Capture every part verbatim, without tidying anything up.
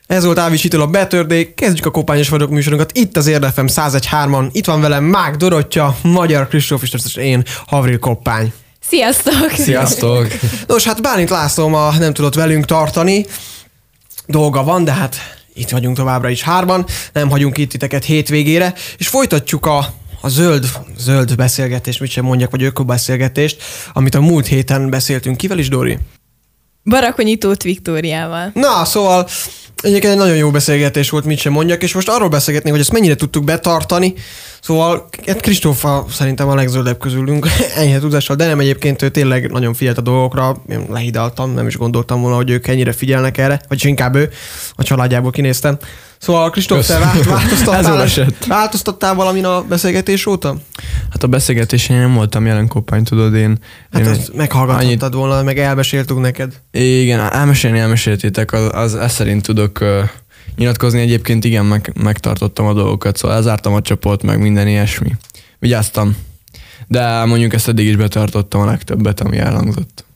Ez volt Ávis Hitel a Better Day. Kezdjük a Koppányos vagyok műsorunkat itt az Érdefem száz egy pont hárman. Itt van velem Mák Dorottya, Magyar Kristóf és én, Havril Koppány. Sziasztok! Sziasztok! Nos, hát Bálint László ma nem tudott velünk tartani. Dolga van, de hát itt vagyunk továbbra is hárman. Nem hagyunk itt titeket hétvégére. És folytatjuk a, a zöld, zöld beszélgetést, mit sem mondjak, vagy ökobeszélgetést, amit a múlt héten beszéltünk. Kivel is, Dori? Barakonyi Tóth Viktóriával. Na, szóval egyébként egy nagyon jó beszélgetés volt, mit sem mondjak, és most arról beszélgetnénk, hogy ezt mennyire tudtuk betartani. Szóval Kristóf szerintem a legzöldebb közülünk, ennyi tudással, de nem, egyébként ő tényleg nagyon figyelt a dolgokra, én lehidaltam, nem is gondoltam volna, hogy ők ennyire figyelnek erre, vagy inkább ő, a családjából kinéztem. Szóval Kristóf, te változtattál, változtattál valamin a beszélgetés óta? Hát a beszélgetésen nem voltam jelen, Koppány, tudod, én... Hát én meghallgathattad annyit... volna, meg elmeséltük neked. Igen, elmesélni elmeséltétek, az, az ezt szerint tudok uh, nyilatkozni. Egyébként igen, meg, megtartottam a dolgokat, szóval elzártam a csapot, meg minden ilyesmi. Vigyáztam. De mondjuk ezt eddig is betartottam a legtöbbet, ami elhangzott.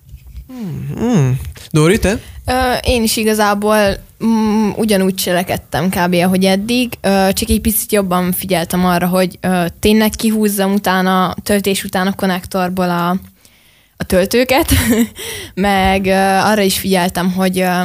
Hmm. Dori, te? Ö, én is igazából mm, ugyanúgy cselekedtem kb. Ahogy eddig, ö, csak egy picit jobban figyeltem arra, hogy ö, tényleg kihúzzam utána, töltés után a konnektorból a, a töltőket, meg ö, arra is figyeltem, hogy, ö,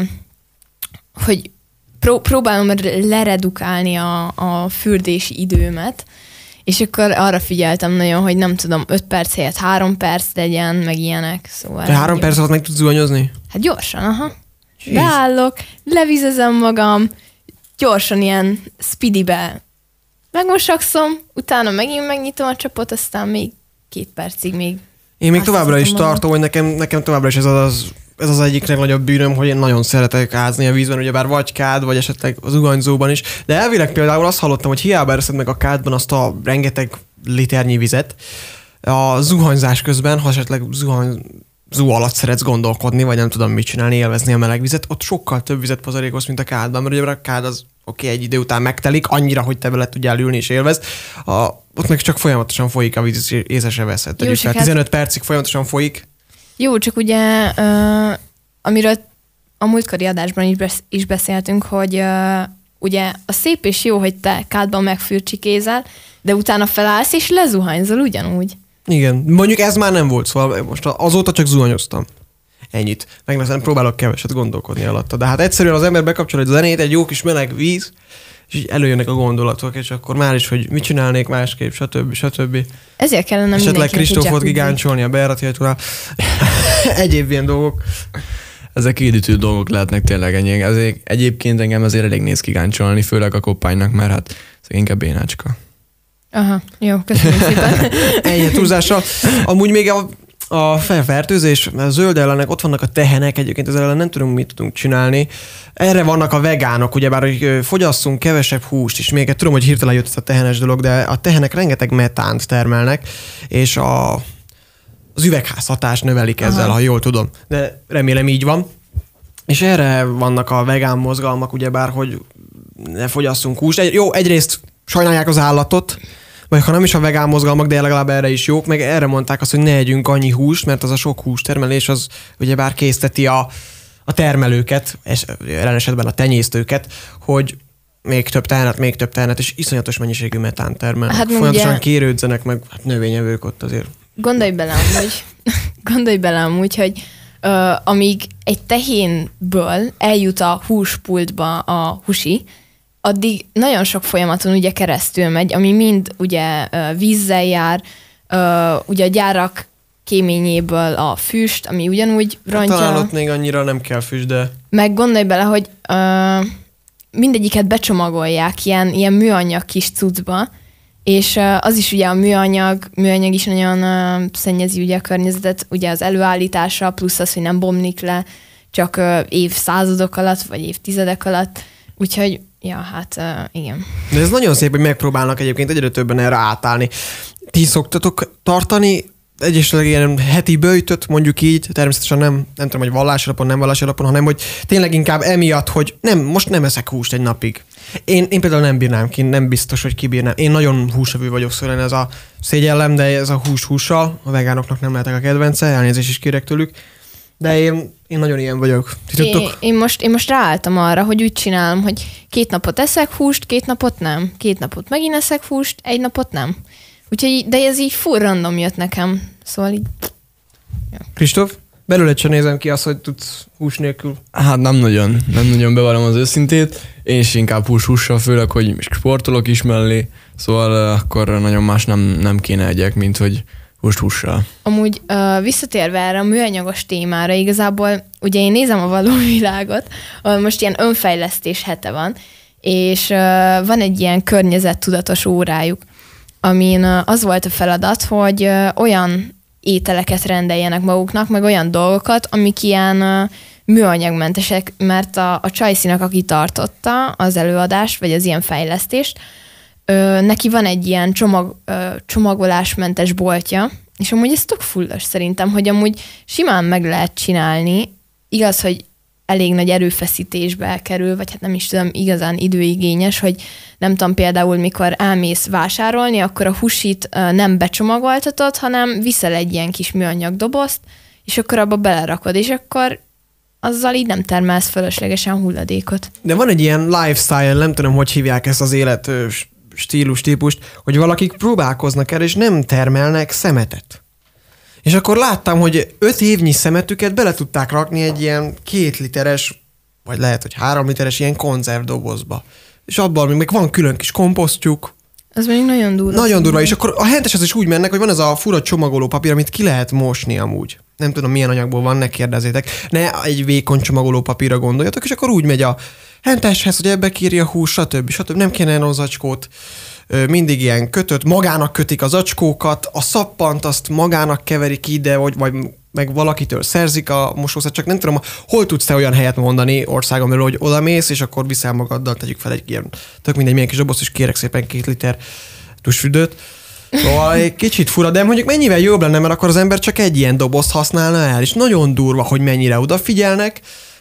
hogy pró- próbálom leredukálni a, a fürdési időmet, és akkor arra figyeltem nagyon, hogy nem tudom, öt perc helyett három perc legyen, meg ilyenek. Szóval Te három perc alatt meg tudsz zuhanyozni? Hát gyorsan, aha. Jeez. Beállok, levizezem magam, gyorsan ilyen speedybe megmosakszom, utána megint megnyitom a csapot, aztán még két percig még. Én még továbbra is magam. tartom, hogy nekem, nekem továbbra is ez az, ez az egyik legnagyobb bűnöm, hogy én nagyon szeretek ázni a vízben, ugyebár vagy kád, vagy esetleg az zuhanyzóban is. De elvileg például azt hallottam, hogy hiába ereszed meg a kádban azt a rengeteg liternyi vizet, a zuhanyzás közben, ha esetleg zuhanyzó alatt szeretsz gondolkodni, vagy nem tudom mit csinálni, élvezni a meleg vizet, ott sokkal több vizet pazarlékolsz, mint a kádban, mert ugye a kád az oké, okay, egy idő után megtelik, annyira, hogy te vele tudjál ülni és élvezd. A, ott meg csak folyamatosan folyik a víz, és észre se veszed. Jó, hát tizenöt percig folyamatosan folyik. Jó, csak ugye, uh, amiről a múltkori adásban is, besz- is beszéltünk, hogy uh, ugye a szép és jó, hogy te kádban megfürcsikézel, de utána felállsz és lezuhanyzol ugyanúgy. Igen, mondjuk ez már nem volt, szóval most azóta csak zuhanyoztam. Ennyit. Meg nem próbálok keveset gondolkodni alatta. De hát egyszerűen az ember bekapcsol egy zenét, egy jó kis meleg víz, és így előjönnek a gondolatok, és akkor már is, hogy mit csinálnék másképp, stb. stb. Ezért kellene esetleg Kristófot gigáncsolni a bejárati ajtónál. Egyéb ilyen dolgok. Ezek édítő dolgok lehetnek tényleg ennyi. Ezért, egyébként engem azért elég néz gigáncsolni, főleg a Koppánynak, mert hát ez inkább bénácska. Aha, jó, köszönöm szépen. Ennyi túlzással. Amúgy még a A felfertőzés, a zöld ellenek, ott vannak a tehenek, egyébként ezzel ellen nem tudunk, mit tudunk csinálni. Erre vannak a vegánok, ugyebár, hogy fogyasszunk kevesebb húst, és még tudom, hogy hirtelen jött ez a tehenes dolog, de a tehenek rengeteg metánt termelnek, és a, az üvegházhatást növelik ezzel, aha, ha jól tudom. De remélem így van. És erre vannak a vegán mozgalmak, ugyebár, hogy ne fogyasszunk húst. Egy, jó, egyrészt sajnálják az állatot, vagy ha nem is a vegán mozgalmak, de legalább erre is jók, meg erre mondták azt, hogy ne együnk annyi húst, mert az a sok hústermelés az ugyebár készteti a, a termelőket, és jelen esetben a tenyésztőket, hogy még több tehenet, még több tehenet, és iszonyatos mennyiségű metán termelnek. Hát folyamatosan ugye... kérődzenek, meg hát növényevők ott azért. Gondolj bele amúgy, gondolj bele amúgy, hogy uh, amíg egy tehénből eljut a húspultba a húsi, addig nagyon sok folyamaton ugye keresztül megy, ami mind ugye vízzel jár, ugye a gyárak kéményéből a füst, ami ugyanúgy rontja. Talán ott még annyira nem kell füst, de... Meg gondolj bele, hogy uh, mindegyiket becsomagolják ilyen, ilyen műanyag kis cuccba, és uh, az is ugye a műanyag, műanyag is nagyon uh, szennyezi ugye a környezetet, ugye az előállítása, plusz az, hogy nem bomlik le csak uh, évszázadok alatt, vagy évtizedek alatt, úgyhogy ja, hát uh, igen. De ez nagyon szép, hogy megpróbálnak egyébként egyre többen erre átállni. Ti szoktatok tartani egyesleg ilyen heti böjtöt, mondjuk így, természetesen nem, nem tudom, hogy vallási alapon, nem vallási alapon, hanem hogy tényleg inkább emiatt, hogy nem, most nem eszek húst egy napig. Én, én például nem bírnám ki, nem biztos, hogy kibírnám. Én nagyon húsevő vagyok, szóval ez a szégyellem, de ez a hús hússal, a vegánoknak nem lehetek a kedvence, elnézést is kérek tőlük. De én, Én nagyon ilyen vagyok. Ti Én, tudtok? én, most, én most ráálltam arra, hogy úgy csinálom, hogy két napot eszek húst, két napot nem. Két napot megint eszek húst, egy napot nem. Úgyhogy, de ez így full random jött nekem. Szóval így... Kristóf? Belőled sem nézem ki azt, hogy tudsz hús nélkül. Hát nem nagyon, nem nagyon bevallom az őszintét. Én is inkább hús-hússal, főleg, hogy sportolok is mellé, szóval uh, akkor nagyon más nem, nem kéne egyek, mint hogy húst-hússal. Amúgy uh, visszatérve erre a műanyagos témára, igazából ugye én nézem a való világot, ahol most ilyen önfejlesztés hete van, és uh, van egy ilyen környezettudatos órájuk, amin uh, az volt a feladat, hogy uh, olyan ételeket rendeljenek maguknak, meg olyan dolgokat, amik ilyen uh, műanyagmentesek, mert a, a Csajcinak, aki tartotta az előadást, vagy az ilyen fejlesztést, ö, neki van egy ilyen csomag, ö, csomagolásmentes boltja, és amúgy ez tök fullos szerintem, hogy amúgy simán meg lehet csinálni, igaz, hogy elég nagy erőfeszítésbe kerül, vagy hát nem is tudom, igazán időigényes, hogy nem tudom, például mikor elmész vásárolni, akkor a husit ö, nem becsomagoltatod, hanem viszel egy ilyen kis műanyag dobozt, és akkor abba belerakod, és akkor azzal így nem termelsz fölöslegesen hulladékot. De van egy ilyen lifestyle, nem tudom, hogy hívják ezt az élet ö, stílus típust, hogy valakik próbálkoznak el, és nem termelnek szemetet. És akkor láttam, hogy öt évnyi szemetüket bele tudták rakni egy ilyen két literes, vagy lehet, hogy három literes ilyen konzervdobozba. És abban még van külön kis komposztjuk. Az még nagyon durva. Nagyon durva, és akkor a henteshez is úgy mennek, hogy van ez a fura csomagoló papír, amit ki lehet mosni amúgy. Nem tudom, milyen anyagból van, ne kérdezzétek. Ne egy vékony csomagoló papírra gondoljatok, és akkor úgy megy a henteshez, hogy ebbe kírja a hús, stb. stb. Nem kéne az zacskót. Mindig ilyen kötött, magának kötik az zacskókat, a szappant azt magának keverik ide, vagy, vagy meg valakitől szerzik a mosószert, csak nem tudom, hol tudsz te olyan helyet mondani országon belül, hogy oda mész, és akkor viszel magaddal, tegyük fel egy ilyen, tök mindegy, milyen kis dobozt, és kérek szépen két liter tusfürdőt. Szóval egy kicsit fura, de mondjuk mennyivel jobb lenne, mert akkor az ember csak egy ilyen dobozt használna el, és nagyon durva, hogy mennyire odafigyelnek,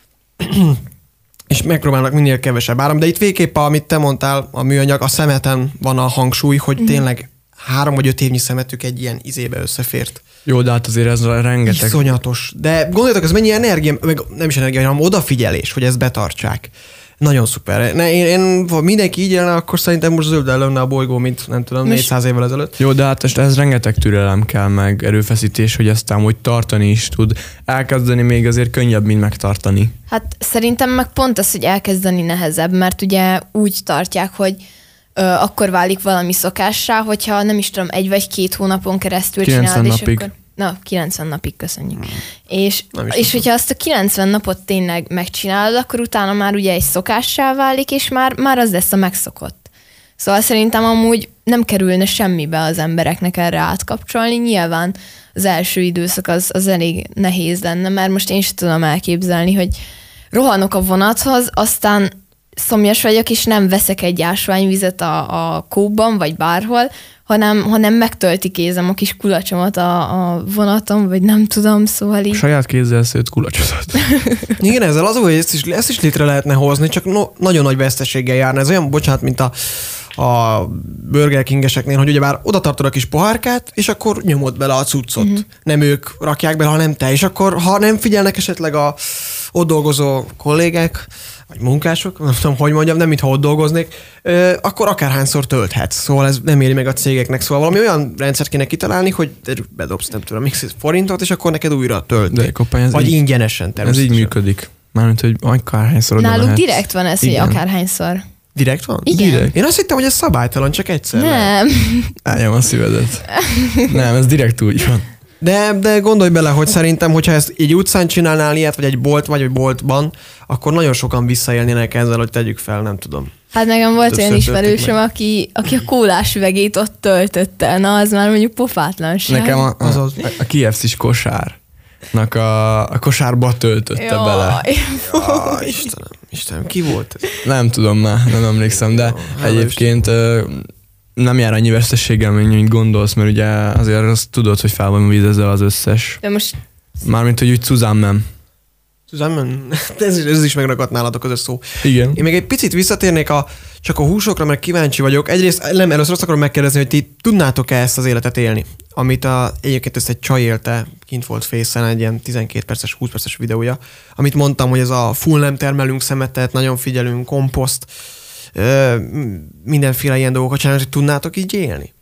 és megpróbálnak minél kevesebb áram, de itt végképp, amit te mondtál, a műanyag, a szemeten van a hangsúly, hogy mm. tényleg három vagy öt évnyi szemetük egy ilyen izébe összefért. Jó, de hát azért ez rengeteg. Iszonyatos. De gondoljatok, ez mennyi energia, meg nem is energia, hanem odafigyelés, hogy ezt betartsák. Nagyon szuper. Ne, én, én, ha mindenki így élne, akkor szerintem most zöld lenne a bolygó, mint nem tudom, négyszáz évvel ezelőtt. Jó, de hát ez rengeteg türelem kell, meg erőfeszítés, hogy aztán hogy tartani is tud. Elkezdeni még azért könnyebb, mint megtartani. Hát szerintem meg pont az, hogy elkezdeni nehezebb, mert ugye úgy tartják, hogy ö, akkor válik valami szokássá, hogyha nem is tudom, egy vagy két hónapon keresztül csinálod, és napig. akkor... Na, kilencven napig, köszönjük. Hmm. És, és tudom. hogyha azt a kilencven napot tényleg megcsinálod, akkor utána már ugye egy szokássá válik, és már, már az lesz a megszokott. Szóval szerintem amúgy nem kerülne semmibe az embereknek erre átkapcsolni. Nyilván az első időszak az, az elég nehéz lenne, mert most én sem tudom elképzelni, hogy rohanok a vonathoz, aztán szomjas vagyok, és nem veszek egy ásványvizet a, a kóban, vagy bárhol, hanem, hanem megtölti kézem a kis kulacsomat a, a vonaton, vagy nem tudom, szóval így... Saját kézzel szőtt kulacsodat. Igen, ezzel az, hogy ezt is, ezt is létre lehetne hozni, csak no, nagyon nagy veszteséggel járna. Ez olyan, bocsánat, mint a, a Burger King-eseknél, hogy ugyebár oda tartod a kis pohárkát, és akkor nyomod bele a cuccot. Uh-huh. Nem ők rakják bele, hanem te. És akkor, ha nem figyelnek esetleg a ott dolgozó kollégák, vagy munkások, nem tudom, hogy mondjam, nem mintha ott dolgoznék, ö, akkor akárhányszor tölthetsz. Szóval ez nem éri meg a cégeknek. Szóval valami olyan rendszert kéne kitalálni, hogy bedobsz, nem tudom, x forintot, és akkor neked újra töltni. Vagy így, ingyenesen természetesen. Ez így működik. Mármint, hogy akárhányszor oda Náluk mehetsz. direkt van ez, Igen. hogy akárhányszor. Direkt van? Igen. Direkt. Én azt hittem, hogy ez szabálytalan, csak egyszer. Nem. Álljon a szívedet. Nem, ez direkt úgy van. De, de gondolj bele, hogy szerintem, hogyha ezt egy utcán csinálnál ilyet, vagy egy bolt, vagy egy boltban, akkor nagyon sokan visszaélnének ezzel, hogy tegyük fel, nem tudom. Hát nekem volt Többször olyan ismerősöm, meg. aki, aki a kólás üvegét ott töltötte. Na, az már mondjuk pofátlanság. Nekem a, a, a, a ká ef cés kosárnak a, a kosárba töltötte Jaj. bele. Ja, Istenem, Istenem, ki volt ez? Nem tudom már, nem emlékszem, de Jó, egyébként ö, nem jár annyi veszteséggel, mint gondolsz, mert ugye azért azt tudod, hogy fel van vízezzel az összes. De most Mármint, hogy úgy Suzanne. Suzanne, ez, is- ez is megragadt nálatok az a szó. Igen. Én még egy picit visszatérnék a csak a húsokra, mert kíváncsi vagyok. Egyrészt nem, először azt akarom megkérdezni, hogy ti tudnátok-e ezt az életet élni? Amit a, egyébként ezt egy csaj élte, kint volt Face-en egy ilyen tizenkét perces, húsz perces videója, amit mondtam, hogy ez a full nem termelünk szemetet, nagyon figyelünk, komposzt, ö, mindenféle ilyen dolgokat csinálni, hogy tudnátok így élni?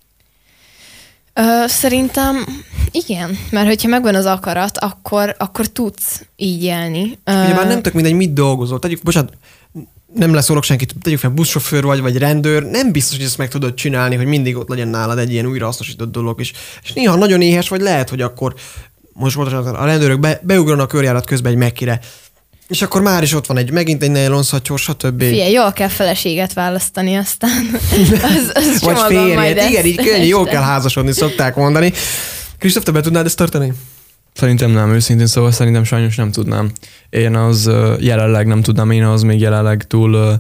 Ö, szerintem igen, mert hogyha megvan az akarat, akkor, akkor tudsz így élni. Ö... Ugye már nem tök mindegy, mit dolgozol. Tegyük, bocsánat, nem leszólok senkit, tegyük fel, buszsofőr vagy, vagy rendőr, nem biztos, hogy ezt meg tudod csinálni, hogy mindig ott legyen nálad egy ilyen újrahasznosított dolog is. És néha nagyon éhes vagy, lehet, hogy akkor most bocsánat, a rendőrök be, beugranak a körjárat közben egy Mekkire, és akkor már is ott van egy, megint egy nejlonszatyor, stb. Figyelj, jól kell feleséget választani, aztán az, az vagy férjet, igen, így könnyű, jól kell házasodni, szokták mondani. Kristóf, te be tudnád ezt tartani? Szerintem nem, őszintén szóval szerintem sajnos nem tudnám. Én az uh, jelenleg nem tudnám, én az még jelenleg túl uh,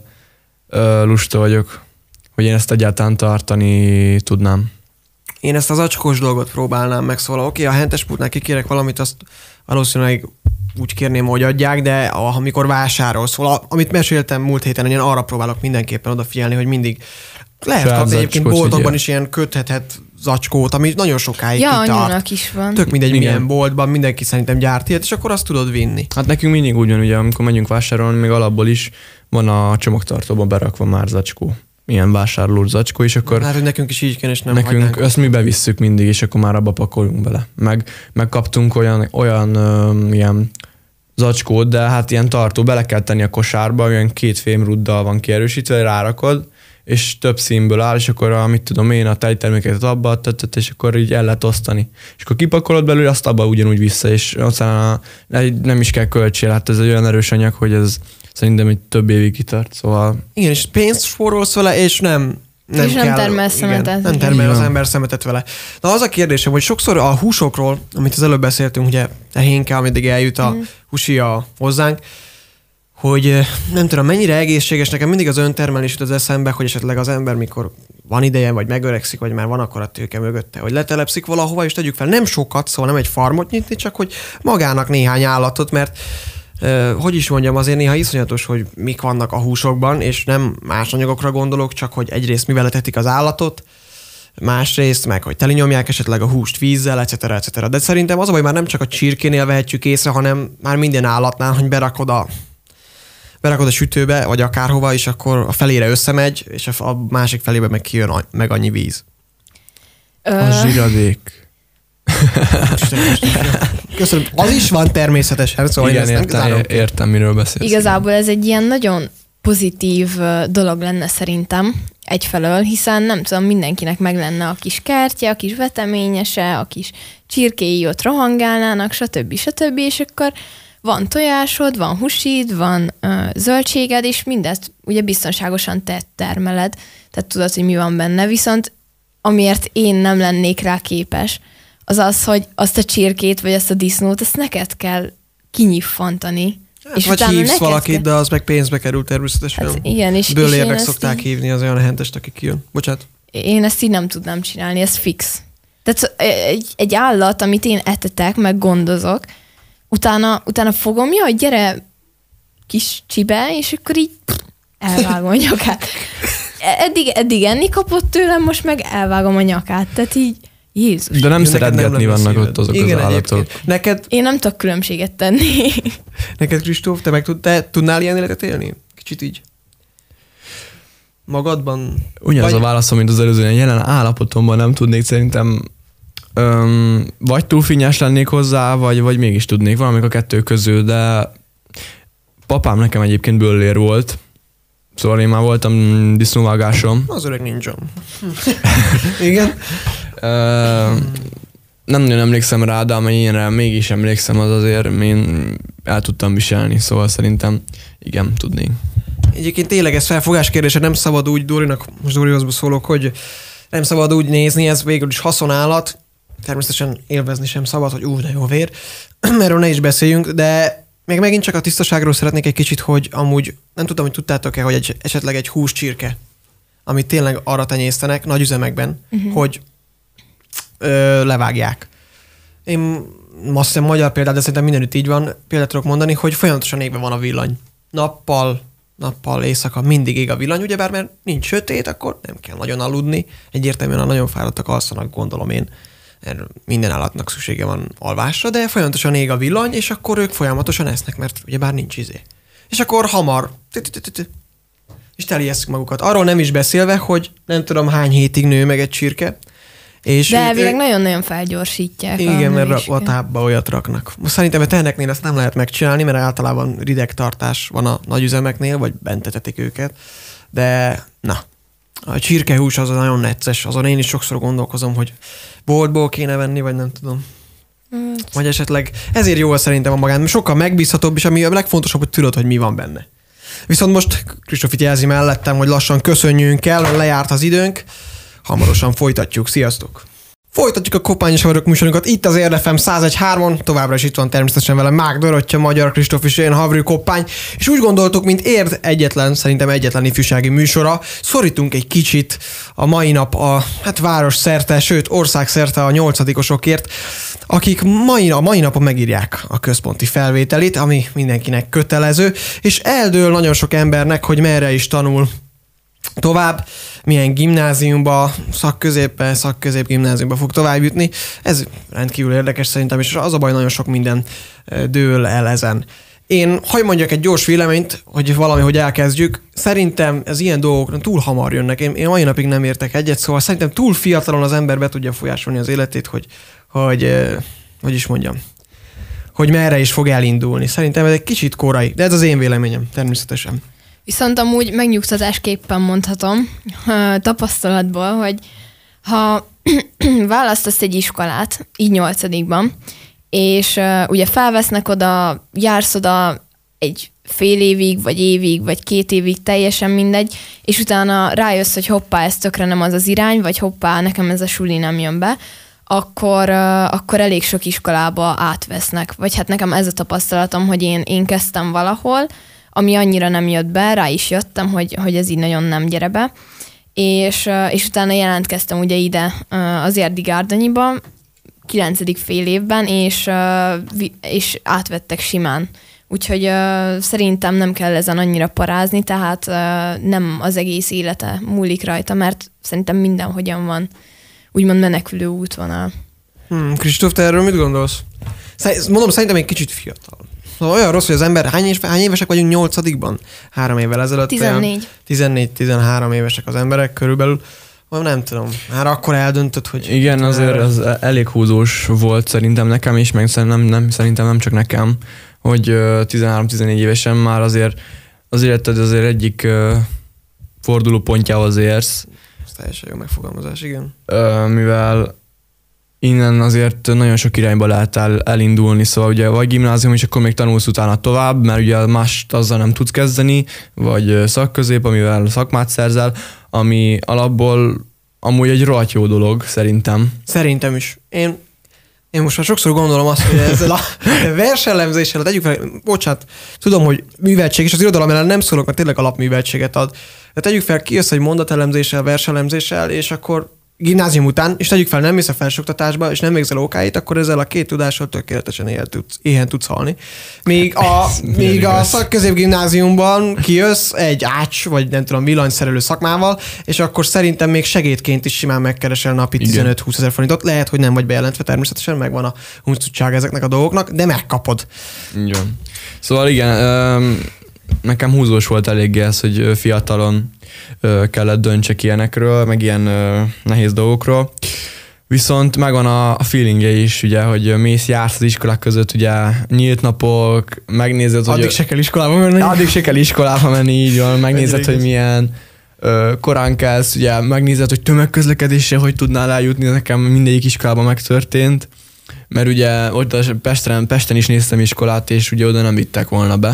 uh, lusta vagyok, hogy én ezt egyáltalán tartani tudnám. Én ezt az acskós dolgot próbálnám meg, szóval oké, okay, a hentespultnál kikérek valamit, azt valószínűleg úgy kérném, hogy adják, de amikor vásárol, szóval amit meséltem múlt héten, hogy én arra próbálok mindenképpen odafigyelni, hogy mindig lehet Saját kapni egyébként zacskót boltokban vigyel. is ilyen köthetett zacskót, ami nagyon sokáig ja, kitart. anyunak is van. Tök mindegy, Igen. milyen boltban, mindenki szerintem gyárt ilyet, és akkor azt tudod vinni. Hát nekünk mindig úgy van, ugye, amikor megyünk vásárolni, még alapból is van a csomagtartóban berakva már zacskó. Ilyen vásárló zacskó, és akkor Hát, hogy nekünk is így kell, és nem nekünk hagynánk. ezt mi bevisszük mindig, és akkor már abba pakolunk bele. Meg, megkaptunk olyan, olyan öm, ilyen zacskót, de hát ilyen tartó, bele kell tenni a kosárba, olyan két fémruddal van kierősítve, rárakod, és több színből áll, és akkor a, mit tudom én, a tejterméket abba, és akkor így el lehet osztani. És akkor kipakolod belőle, azt abba ugyanúgy vissza, és aztán nem is kell költsél, hát ez egy olyan erős anyag, hogy ez szerintem egy több évig kitart, szóval... Igen, és pénzt spórolsz vele, és nem nem és nem kell, termel igen, szemetet. Nem termel az Igen. ember szemetet vele. Na az a kérdésem, hogy sokszor a húsokról, amit az előbb beszéltünk, ugye tehénke, ameddig eljut a Mm. húsia hozzánk, hogy eh, nem tudom, mennyire egészséges, nekem mindig az öntermelés jut az eszembe, hogy esetleg az ember, mikor van ideje, vagy megöregszik, vagy már van akkor a tőke mögötte, hogy letelepszik valahova, és tegyük fel nem sokat, szóval nem egy farmot nyitni, csak hogy magának néhány állatot, mert Uh, hogy is mondjam, azért néha iszonyatos, hogy mik vannak a húsokban, és nem más anyagokra gondolok, csak hogy egyrészt mivel etetik az állatot, másrészt meg, hogy telinyomják esetleg a húst vízzel, et cetera et cetera. De szerintem az a baj, már nem csak a csirkénél vehetjük észre, hanem már minden állatnál, hogy berakod a, berakod a sütőbe, vagy akárhova, és akkor a felére összemegy, és a, a másik felébe meg kijön a, meg annyi víz. Ö, A zsiradék. Köszönöm. Az is van természetesen, szóval Igen, én ezt nem értem, zárom ki. értem, miről beszélsz. Igazából ez egy ilyen nagyon pozitív ö, dolog lenne szerintem egyfelől, hiszen nem tudom, mindenkinek meg lenne a kis kertje, a kis veteményese, a kis csirkéi ott rohangálnának, stb. stb. És akkor van tojásod, van húsid, van ö, zöldséged, és mindezt ugye biztonságosan te termeled, tehát tudod, hogy mi van benne, viszont amiért én nem lennék rá képes, az az, hogy azt a csirkét, vagy azt a disznót, azt neked kell kinyiffantani. Hát, és vagy hívsz valakit, kell... de az meg pénzbe kerül természetesen. Hát igen, és, és Bőlérnek én szokták így, hívni az olyan hentest, aki kijön. Bocsánat. én ezt így nem tudnám csinálni, ez fix. Tehát egy, egy állat, amit én etetek, meg gondozok, utána, utána fogom, jaj, gyere kis csibe, és akkor így elvágom a nyakát. Eddig, eddig enni kapott tőlem, most meg elvágom a nyakát. Tehát így, Jézus. De nem Neked szeretgetni lenne vannak szíved. ott azok Igen, az állatok. egyébként. Neked, Én nem tudok különbséget tenni. neked Kristóf, te meg tud, te tudnál ilyen életet élni? Kicsit így. Magadban? Ugyanaz Vagy- a válaszom, mint az előző, jelen állapotomban nem tudnék szerintem öm, vagy túl finnyás lennék hozzá, vagy, vagy mégis tudnék, valamik a kettő közül, de papám nekem egyébként bőllér volt, szóval én már voltam disznóvágásom. Az öreg ninja. Igen. Ö, nem nagyon emlékszem rá, de amennyire mégis emlékszem, az azért én el tudtam viselni, szóval szerintem igen, tudnék. Egyébként tényleg ez felfogás kérdése, nem szabad úgy, Dórinak, most Dórihoz szólok, hogy nem szabad úgy nézni, ez végül is haszonállat, természetesen élvezni sem szabad, hogy ú, de jó vér, erről ne is beszéljünk, de még megint csak a tisztaságról szeretnék egy kicsit, hogy amúgy nem tudom, hogy tudtátok-e, hogy egy, esetleg egy húscsirke, amit tényleg arra tenyésztenek nagy üzemekben, uh-huh. hogy ö, levágják. Én azt hiszem magyar példát, de szerintem mindenütt így van, példát tudok mondani, hogy folyamatosan égve van a villany. Nappal, nappal, éjszaka mindig ég a villany, ugyebár mert nincs sötét, akkor nem kell nagyon aludni. Egyértelműen a nagyon fáradtak alszanak, gondolom én. Minden állatnak szüksége van alvásra, de folyamatosan ég a villany, és akkor ők folyamatosan esznek, mert ugyebár nincs izé. És akkor hamar és telijesszük magukat. Arról nem is beszélve, hogy nem tudom hány hétig nő meg egy csirke. És de elvileg nagyon-nagyon felgyorsítják. Igen, mert a tápba olyat raknak. Szerintem a teheneknél ezt nem lehet megcsinálni, mert általában rideg tartás van a nagyüzemeknél, vagy bent etetik őket. De na, a csirkehús az nagyon necces, azon én is sokszor gondolkozom, hogy boltból kéne venni, vagy nem tudom. Mm. Vagy esetleg ezért jó szerintem a magán, mert sokkal megbízhatóbb, és ami a legfontosabb, hogy tudod, hogy mi van benne. Viszont most Kristóf itt jelzi mellettem, hogy lassan köszönjünk el, hogy lejárt az időnk. Hamarosan folytatjuk. Sziasztok! Folytatjuk a Koppányos Haverok műsorunkat itt az Érdefem ef em száz egy három, továbbra is itt van természetesen vele Mák Dorottya, Magyar Kristóf és én, Havrő Koppány, és úgy gondoltuk, mint érd egyetlen, szerintem egyetlen ifjúsági műsora, szorítunk egy kicsit a mai nap a hát város szerte, sőt országszerte a nyolcadikosokért, akik mai, a mai napon megírják a központi felvételit, ami mindenkinek kötelező, és eldől nagyon sok embernek, hogy merre is tanul tovább, milyen gimnáziumba, szakközépbe, szakközép gimnáziumba fog tovább jutni. Ez rendkívül érdekes szerintem, és az a baj, nagyon sok minden dől el ezen. Én hagy mondjak egy gyors véleményt, hogy valami, hogy elkezdjük. Szerintem ez ilyen dolgok túl hamar jönnek. Én, én mai napig nem értek egyet, szóval szerintem túl fiatalon az ember be tudja folyásolni az életét, hogy, hogy hogy is mondjam, hogy merre is fog elindulni. Szerintem ez egy kicsit korai, de ez az én véleményem, természetesen. Viszont amúgy megnyugtatásképpen mondhatom tapasztalatból, hogy ha választasz egy iskolát, így nyolcadikban, és uh, ugye felvesznek oda, jársz oda egy fél évig, vagy évig, vagy két évig, teljesen mindegy, és utána rájössz, hogy hoppá, ez tökre nem az az irány, vagy hoppá, nekem ez a suli nem jön be, akkor, uh, akkor elég sok iskolába átvesznek. Vagy hát nekem ez a tapasztalatom, hogy én, én kezdtem valahol, ami annyira nem jött be, rá is jöttem, hogy, hogy ez így nagyon nem gyere be. És, és utána jelentkeztem ugye ide az Érdi Gárdonyiba, kilencedik fél évben, és, és átvettek simán. Úgyhogy szerintem nem kell ezen annyira parázni, tehát nem az egész élete múlik rajta, mert szerintem mindenhogyan úgymond menekülő útvonal. Hmm, Kristóf, te erről mit gondolsz? Mondom, szerintem egy kicsit fiatal. Olyan rossz, hogy az ember, hány, éves, hány évesek vagyunk nyolcadikban? Három évvel ezelőtt. tizennégy. tizennégy-tizenhárom évesek az emberek körülbelül. Nem tudom, már akkor eldöntött, hogy... Igen, azért az elég húzós volt szerintem nekem is, meg szerintem nem, szerintem nem csak nekem, hogy tizenhárom-tizennégy évesen már azért az életed azért egyik fordulópontjához érsz. Ez teljesen jó megfogalmazás, igen. Mivel innen azért nagyon sok irányba lehet el, elindulni, szóval ugye vagy gimnázium, és akkor még tanulsz utána tovább, mert ugye mást azzal nem tudsz kezdeni, vagy szakközép, amivel szakmát szerzel, ami alapból amúgy egy rohadt jó dolog, szerintem. Szerintem is. Én, én most már sokszor gondolom azt, hogy ezzel a verselemzéssel, tegyük fel, bocsánat, tudom, hogy műveltség, és az irodalom ellen nem szólok, mert tényleg alapműveltséget ad. De tegyük fel, kijössz egy mondatelemzéssel, verselemzéssel, és akkor gimnázium után, és tegyük fel, nem mész a felsőoktatásba, és nem végzel ókáit, akkor ezzel a két tudással tökéletesen éhen tudsz, éhen tudsz halni. Míg a, míg a szakközépgimnáziumban kijössz egy ács, vagy nem tudom, villanyszerelő szakmával, és akkor szerintem még segédként is simán megkeresel napi tizenöt-húsz ezer forintot. Lehet, hogy nem vagy bejelentve, természetesen megvan a huncutság ezeknek a dolgoknak, de megkapod. Igen. Szóval igen, nekem húzós volt eléggé ez, hogy fiatalon kellett döntsek ilyenekről, meg ilyen nehéz dolgokról. Viszont megvan a, a feelingje is, ugye, hogy mész, jársz az iskolák között, ugye nyílt napok, megnézed, hogy... Addig se kell iskolába menni. Addig se kell iskolába menni, így van, megnézed, hogy milyen ö, korán kelsz, ugye, megnézed, hogy tömegközlekedésre hogy tudnál eljutni, nekem mindegyik iskolában megtörtént, mert ugye ott Pesten, Pesten is néztem iskolát, és ugye oda nem vittek volna be.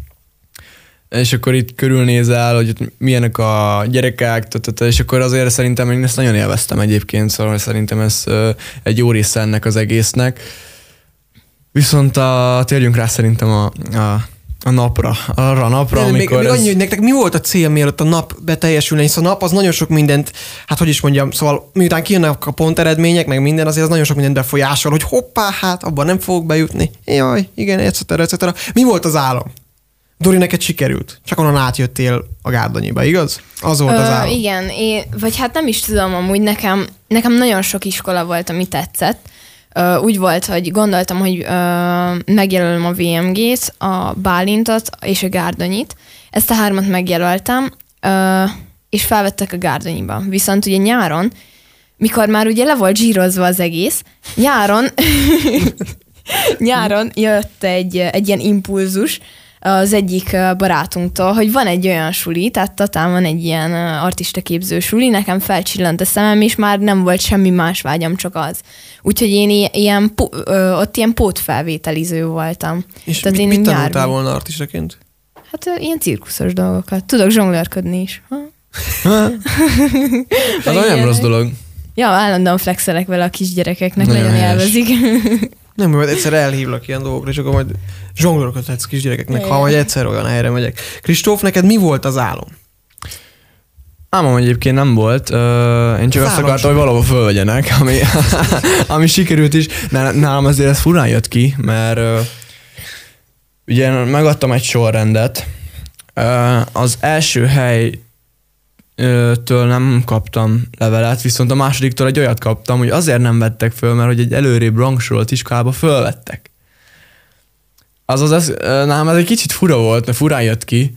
És akkor itt körülnézel, hogy milyenek a gyerekek, és akkor azért szerintem én ezt nagyon élveztem egyébként, szóval szerintem ez egy jó része ennek az egésznek. Viszont a, térjünk rá szerintem a, a, a napra, arra a napra, de, amikor... Még, még ez... annyi, hogy nektek mi volt a cél, mielőtt a nap beteljesülne, hisz a nap az nagyon sok mindent, hát hogy is mondjam, szóval miután kijönnek a ponteredmények, meg minden, azért az nagyon sok mindent befolyásol, hogy hoppá, hát abban nem fogok bejutni. Jaj, igen, et cetera, et cetera. Mi volt az álom? Dori, neked sikerült. Csak onnan átjöttél a Gárdonyiba, igaz? Az volt az álom. Igen, én, vagy hát nem is tudom, amúgy nekem, nekem nagyon sok iskola volt, ami tetszett. Ö, úgy volt, hogy gondoltam, hogy ö, megjelölöm a vé em gét, a Bálintot és a Gárdonyit. Ezt a hármat megjelöltem, ö, és felvettek a Gárdonyiba. Viszont ugye nyáron, mikor már ugye le volt zsírozva az egész, nyáron, nyáron jött egy, egy ilyen impulzus az egyik barátunktól, hogy van egy olyan suli, tehát Tatán van egy ilyen artistaképző suli, nekem felcsillant a szemem, és már nem volt semmi más vágyam, csak az. Úgyhogy én ilyen, ott ilyen pótfelvételiző voltam. És tehát mit, én mit tanultál nyárvi... volna artistaként? Hát ilyen cirkuszos dolgokat. Tudok zsonglőrködni is. Ha? Az olyan rossz dolog. Ja, állandóan flexelek vele a kisgyerekeknek, nagyon, nagyon élvezik. Nem, majd egyszer elhívlak ilyen dolgokra, és akkor majd zsonglőröket lehetsz kisgyerekeknek, ha majd egyszer olyan helyre megyek. Kristóf, neked mi volt az álom? Álmom egyébként nem volt. Uh, én csak az azt akartam, hogy valahol fölvegyenek, ami, ami sikerült is. Nálam azért ez furán jött ki, mert uh, ugye megadtam egy sorrendet. Uh, az első hely től nem kaptam levelet, viszont a másodiktól egy olyat kaptam, hogy azért nem vettek föl, mert hogy egy előrébb rangsorolt iskolába fölvettek. Azaz, ez, nálam ez egy kicsit fura volt, mert furán jött ki,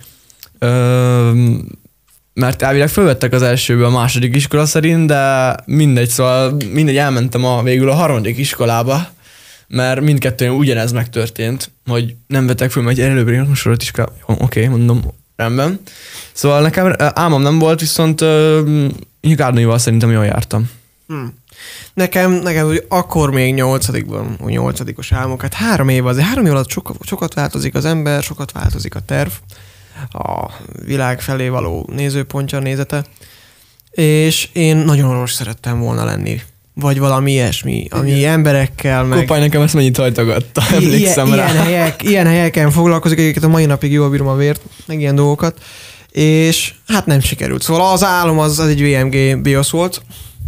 mert elvileg fölvettek az elsőbe a második iskola szerint, de mindegy, szóval mindegy, elmentem a, végül a harmadik iskolába, mert mindkettőn ugyanez megtörtént, hogy nem vettek föl, mert egy előrébb rangsorolt iskolába. Oké, okay, mondom, rendben. Szóval nekem álmom nem volt, viszont uh, Gárdonyival szerintem jól jártam. Hmm. Nekem, nekem úgy akkor még nyolcadikban, úgy nyolcadikos álmok, hát három év azért, három év alatt sokat, sokat változik az ember, sokat változik a terv, a világ felé való nézőpontja, nézete, és én nagyon rossz szerettem volna lenni. Vagy valami ilyesmi, ami igen. emberekkel meg... Kopály nekem ezt mennyit hajtogatta, emlékszem ilyen, rá. Ilyen, helyek, ilyen helyeken foglalkozik, egyébként a mai napig jól bírom a vért, meg ilyen dolgokat, és hát nem sikerült. Szóval az álom az, az egy vé em gé BIOS volt.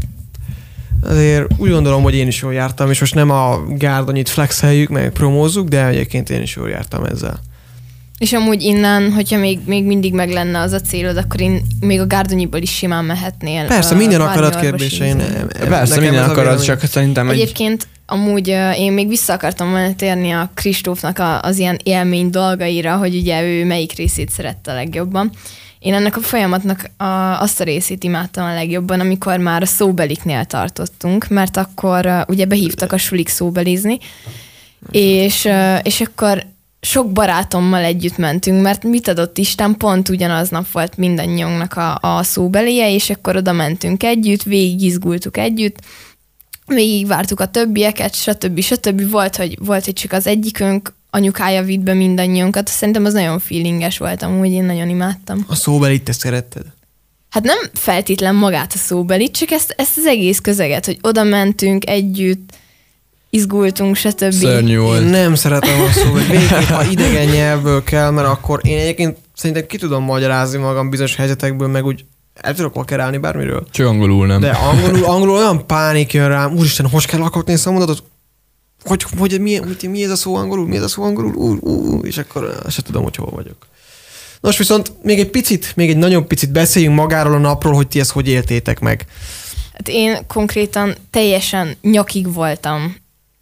Azért úgy gondolom, hogy én is jól jártam, és most nem a Gárdonyit flexeljük, meg promózzuk, de egyébként én is jól jártam ezzel. És amúgy innen, hogyha még, még mindig meg lenne az a célod, akkor én még a Gárdonyiból is simán mehetnél. Persze, minden akarat kérdése. Én, Persze, minden akarat, csak szerintem egy... Egyébként amúgy én még vissza akartam volna térni a Kristófnak az ilyen élmény dolgaira, hogy ugye ő melyik részét szerette a legjobban. Én ennek a folyamatnak a, azt a részét imádtam a legjobban, amikor már a szóbeliknél tartottunk, mert akkor ugye behívtak a sulik szóbelizni, és, és akkor sok barátommal együtt mentünk, mert mit adott Isten, pont ugyanaznap volt mindannyiunknak a, a szóbeléje, és akkor oda mentünk együtt, végig izgultuk együtt, végig vártuk a többieket, stb. stb. Volt, hogy, volt, hogy csak az egyikünk anyukája vitt be mindannyiunkat, szerintem az nagyon feelinges volt amúgy, én nagyon imádtam. A szóbelit te szeretted? Hát nem feltétlen magát a szóbelit, csak ezt, ezt az egész közeget, hogy oda mentünk együtt, izgultunk, stb. Szörnyű volt. Én nem szeretem a szóbelit. Végig, ha idegen nyelvből kell, mert akkor én egyébként szerintem ki tudom magyarázni magam bizonyos helyzetekből, meg úgy el tudok vakerálni bármiről. Csak angolul nem. De angolul, angolul olyan pánik jön rám, úristen, hogy kell alkotni ezt a mondatot? Hogy, hogy mi, mi, mi ez a szó angolul? Mi ez a szó angolul? Ú, ú, ú, és akkor se tudom, hogy hol vagyok. Nos, viszont még egy picit, még egy nagyon picit beszéljünk magáról a napról, hogy ti ezt hogy éltétek meg. Hát én konkrétan teljesen nyakig voltam.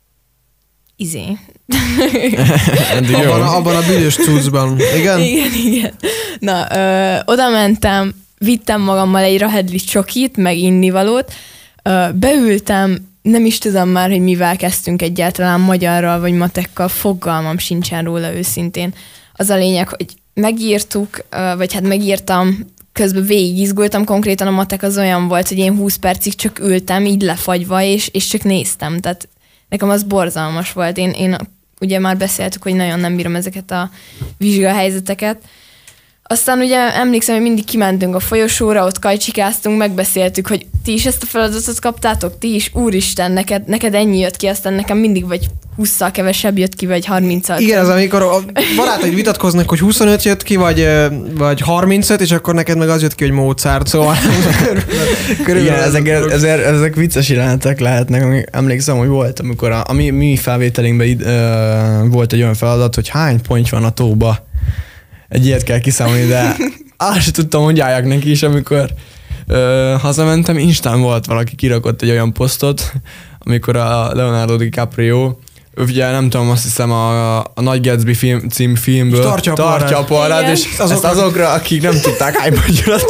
Izé. abban, a, abban a büdös cuccban, igen? Igen, igen. Na, ö, oda mentem, vittem magammal egy rahedli csokit, meg innivalót, ö, beültem, nem is tudom már, hogy mivel kezdtünk egyáltalán magyarral vagy matekkal, fogalmam sincsen róla őszintén. Az a lényeg, hogy megírtuk, vagy hát megírtam, közben végig izgultam, konkrétan a matek az olyan volt, hogy én húsz percig csak ültem, így lefagyva, és, és csak néztem. Tehát nekem az borzalmas volt. Én, én ugye már beszéltük, hogy nagyon nem bírom ezeket a vizsgahelyzeteket. Aztán ugye emlékszem, hogy mindig kimentünk a folyosóra, ott kajcsikáztunk, megbeszéltük, hogy ti is ezt a feladatot kaptátok, ti is, úristen, neked, neked ennyi jött ki, aztán nekem mindig vagy hússzal kevesebb jött ki, vagy harminccal. Igen, az amikor a barátaid vitatkoznak, hogy huszonöt jött ki, vagy, vagy harmincöt, és akkor neked meg az jött ki, hogy Mozart, szóval körülbelül igen, ezek, ezek, ezek vicces jelenetek lehetnek. Emlékszem, hogy volt, amikor a, a mi, mi felvételünkben uh, volt egy olyan feladat, hogy hány pont van a tóba. egy ilyet kell kiszámolni, de azt sem tudtam, hogy álljak neki is, amikor ö, hazamentem, Instán volt valaki, kirakott egy olyan posztot, amikor a Leonardo DiCaprio, ő ugye nem tudom, azt hiszem a, a Nagy Gatsby film, cím filmből tartja a tartja a parrát, és azokra, ezt azokra, akik nem tudták, állj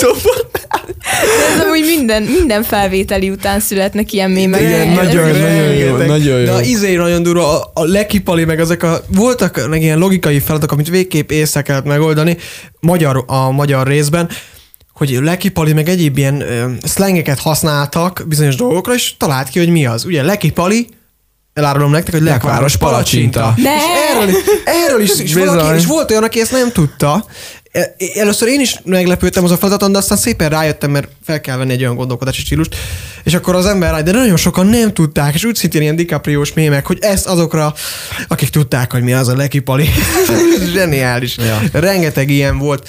ez amúgy minden, minden felvételi után születnek ilyen mémek. Igen, nagyon, nagyon jó, nagyon jó. De a izé nagyon durva, a, a lekipali, meg ezek a, voltak meg ilyen logikai feladatok, amit végképp észre kellett megoldani, magyar, a magyar részben, hogy lekipali, meg egyéb ilyen ö, szlengeket használtak bizonyos dolgokra, és talált ki, hogy mi az. Ugye lekipali, elárulom nektek, hogy lekváros palacsinta. De! És erről, erről is, és, valaki, és volt olyan, aki ezt nem tudta. Először én is meglepődtem az a feladaton, de aztán szépen rájöttem, mert fel kell venni egy olyan gondolkodási stílust, és akkor az ember ráj, de nagyon sokan nem tudták, és úgy szintén ilyen DiCaprio-s mémek, hogy ezt azokra, akik tudták, hogy mi az a lekipali. Zseniális. Ja. Rengeteg ilyen volt.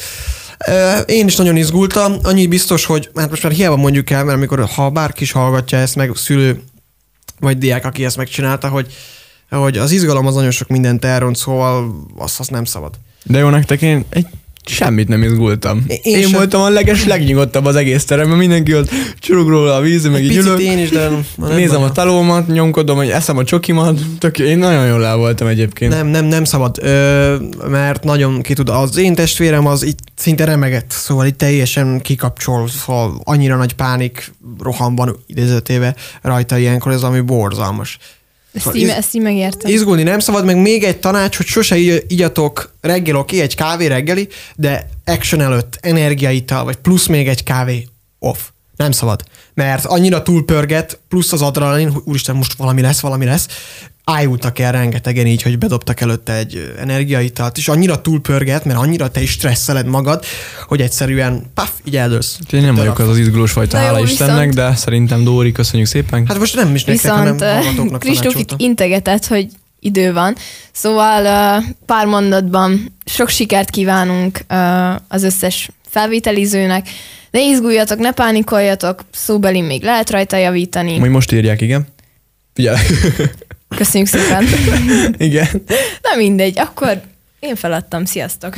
Én is nagyon izgultam, annyi biztos, hogy hát most már hiába mondjuk el, mert amikor ha bárki is hallgatja ezt meg, szülő vagy diák, aki ezt megcsinálta, hogy, hogy az izgalom az nagyon sok mindent elront, szóval azt, azt nem szabad. De jó, nektek én egy semmit nem izgultam. Én, én, én voltam a leges, legnyugodtabb az egész teremben, mindenki ott csurog róla a víz, meg így ülök. én is, de nézem a talómat, nyomkodom, hogy eszem a csokimat, tök, én nagyon jól el voltam egyébként. Nem, nem, nem szabad, ö, mert nagyon ki tud. Az én testvérem az így szinte remegett, szóval itt teljesen kikapcsol, szóval annyira nagy pánik roham van idézőtéve rajta ilyenkor, ez ami borzalmas. Ezt, szóval így, iz, ezt így megértem. Izgulni nem szabad, meg még egy tanács, hogy sose igyatok reggel, oké, okay, egy kávé reggeli, de action előtt energiaital, vagy plusz még egy kávé off. Nem szabad. Mert annyira túlpörget, plusz az adrenalin, hogy úristen, most valami lesz, valami lesz. Ájultak el rengetegen így, hogy bedobtak előtte egy energiaitalt, és annyira túlpörget, mert annyira te is stresszeled magad, hogy egyszerűen paf, így eldőlsz. Én nem vagyok az az izgulós fajta, hála Istennek, de szerintem Dóri, köszönjük szépen. Hát most nem is nektek, hanem hallgatóknak Kristóf itt integetett, hogy idő van. Szóval pár mondatban sok sikert kívánunk az összes felvételizőnek. Ne izguljatok, ne pánikoljatok, szóbelin még lehet rajta javítani. Majd most írják, igen. Figyelj. Köszönjük szépen. Igen. Na mindegy, akkor én feladtam. Sziasztok.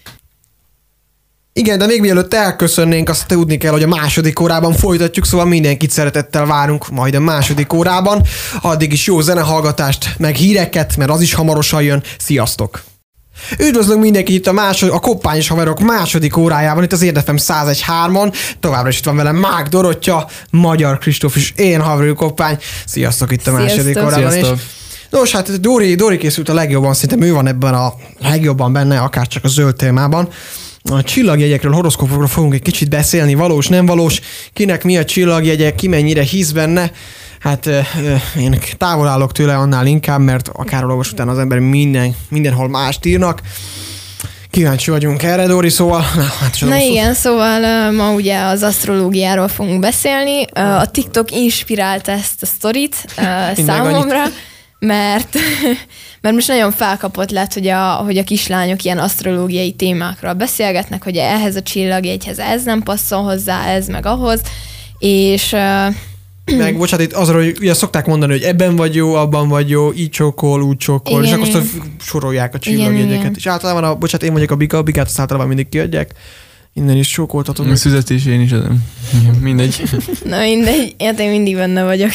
Igen, de még mielőtt elköszönnénk, azt tudni kell, hogy a második órában folytatjuk, szóval mindenkit szeretettel várunk majd a második órában. Addig is jó zenehallgatást, meg híreket, mert az is hamarosan jön. Sziasztok! Üdvözlünk mindenkit itt a, másod, a Koppányos Haverok második órájában, itt az Érdefem száz egy hármon. Továbbra is itt van velem Mák Dorottya, Magyar Kristóf és én, Haverő Koppány. Sziasztok itt a Sziasztok. második órában. Sziasztok. És nos, hát Dori, Dori készült a legjobban, szerintem ő van ebben a legjobban benne, akár csak a zöld témában. A csillagjegyekről, horoszkópokról fogunk egy kicsit beszélni, valós, nem valós, kinek mi a csillagjegy, ki mennyire hisz benne. Hát euh, én távol állok tőle annál inkább, mert akár olvas után az ember minden, mindenhol mást írnak. Kíváncsi vagyunk erre, Dori, szóval... Na, hát Na igen, szó. szóval uh, ma ugye az asztrológiáról fogunk beszélni. Uh, a TikTok inspirált ezt a sztorit uh, számomra, mert, mert most nagyon felkapott lett, hogy a, hogy a kislányok ilyen asztrológiai témákról beszélgetnek, hogy ehhez a csillagjegyhez ez nem passzol hozzá, ez meg ahhoz, és... Uh, Meg, bocsánat, itt azra, hogy ugye szokták mondani, hogy ebben vagy jó, abban vagy jó, így csókol, úgy csókol, igen, és akkor sorolják a csillagjegyeket. És általában, a, bocsánat, én vagyok a bika, a bikát azt általában mindig kiadják. Innen is csókoltatom. A szüzetés én is adom. Mindegy. Na mindegy, hát én mindig benne vagyok.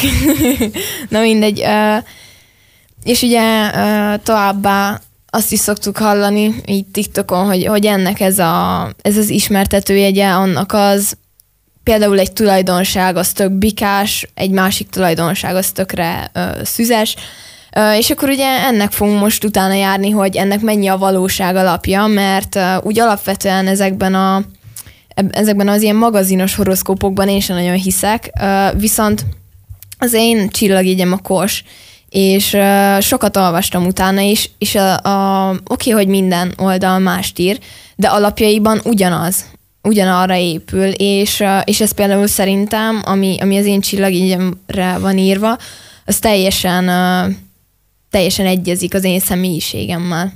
Na mindegy. Uh, és ugye uh, továbbá azt is szoktuk hallani így TikTokon, hogy, hogy ennek ez, a, ez az ismertetőjegye, annak az például egy tulajdonság az tök bikás, egy másik tulajdonság az tökre ö, szüzes, ö, és akkor ugye ennek fogunk most utána járni, hogy ennek mennyi a valóság alapja, mert ö, úgy alapvetően ezekben, a, ezekben az ilyen magazinos horoszkópokban én sem nagyon hiszek, ö, viszont az én csillagjegyem a Kos, és ö, sokat olvastam utána is, és a, a, oké, hogy minden oldal mást ír, de alapjaiban ugyanaz. ugyanarra épül, és, és ez például szerintem, ami, ami az én csillagjegyemre van írva, az teljesen, teljesen egyezik az én személyiségemmel.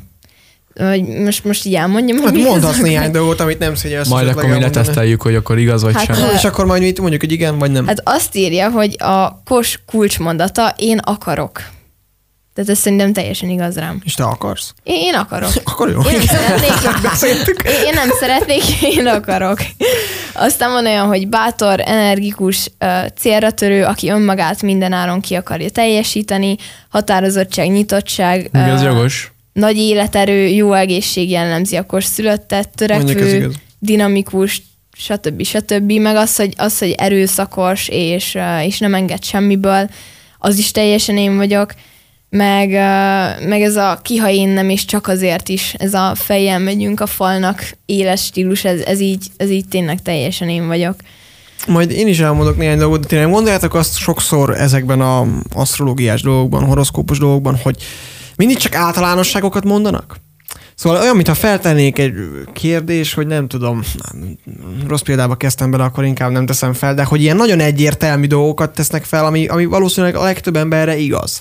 Most, most így elmondjam. Hát mondhatsz néhány dolgot, amit nem szégyelsz. Majd akkor mi leteszteljük, hogy akkor igaz vagy hát, sem. Hát, és akkor majd mit mondjuk, hogy igen vagy nem. Hát azt írja, hogy a Kos kulcsmondata, én akarok. Tehát ez szerintem teljesen igaz rám. És te akarsz? Én, én akarok. Akkor jó. Én nem szeretnék. Én, én nem szeretnék, én akarok. Aztán van olyan, hogy bátor, energikus, célra törő, aki önmagát mindenáron ki akarja teljesíteni, határozottság, nyitottság, Ez jogos. nagy életerő, jó egészség jellemzi akkor szülöttet, törekvő, dinamikus, stb. stb. Meg az, hogy, az, hogy erőszakos, és, és nem enged semmiből, az is teljesen én vagyok. Meg, meg ez a ki, ha én nem, és csak azért is, ez a fejjel megyünk a falnak éles stílus, ez, ez, így, ez így tényleg teljesen én vagyok. Majd én is elmondok néhány dolgot, de tényleg gondoljátok azt sokszor ezekben az asztrológiás dolgokban, horoszkópos dolgokban, hogy mindig csak általánosságokat mondanak? Szóval olyan, mintha feltennék egy kérdés, hogy nem tudom, rossz példába kezdtem bele, akkor inkább nem teszem fel, de hogy ilyen nagyon egyértelmű dolgokat tesznek fel, ami, ami valószínűleg a legtöbb emberre igaz.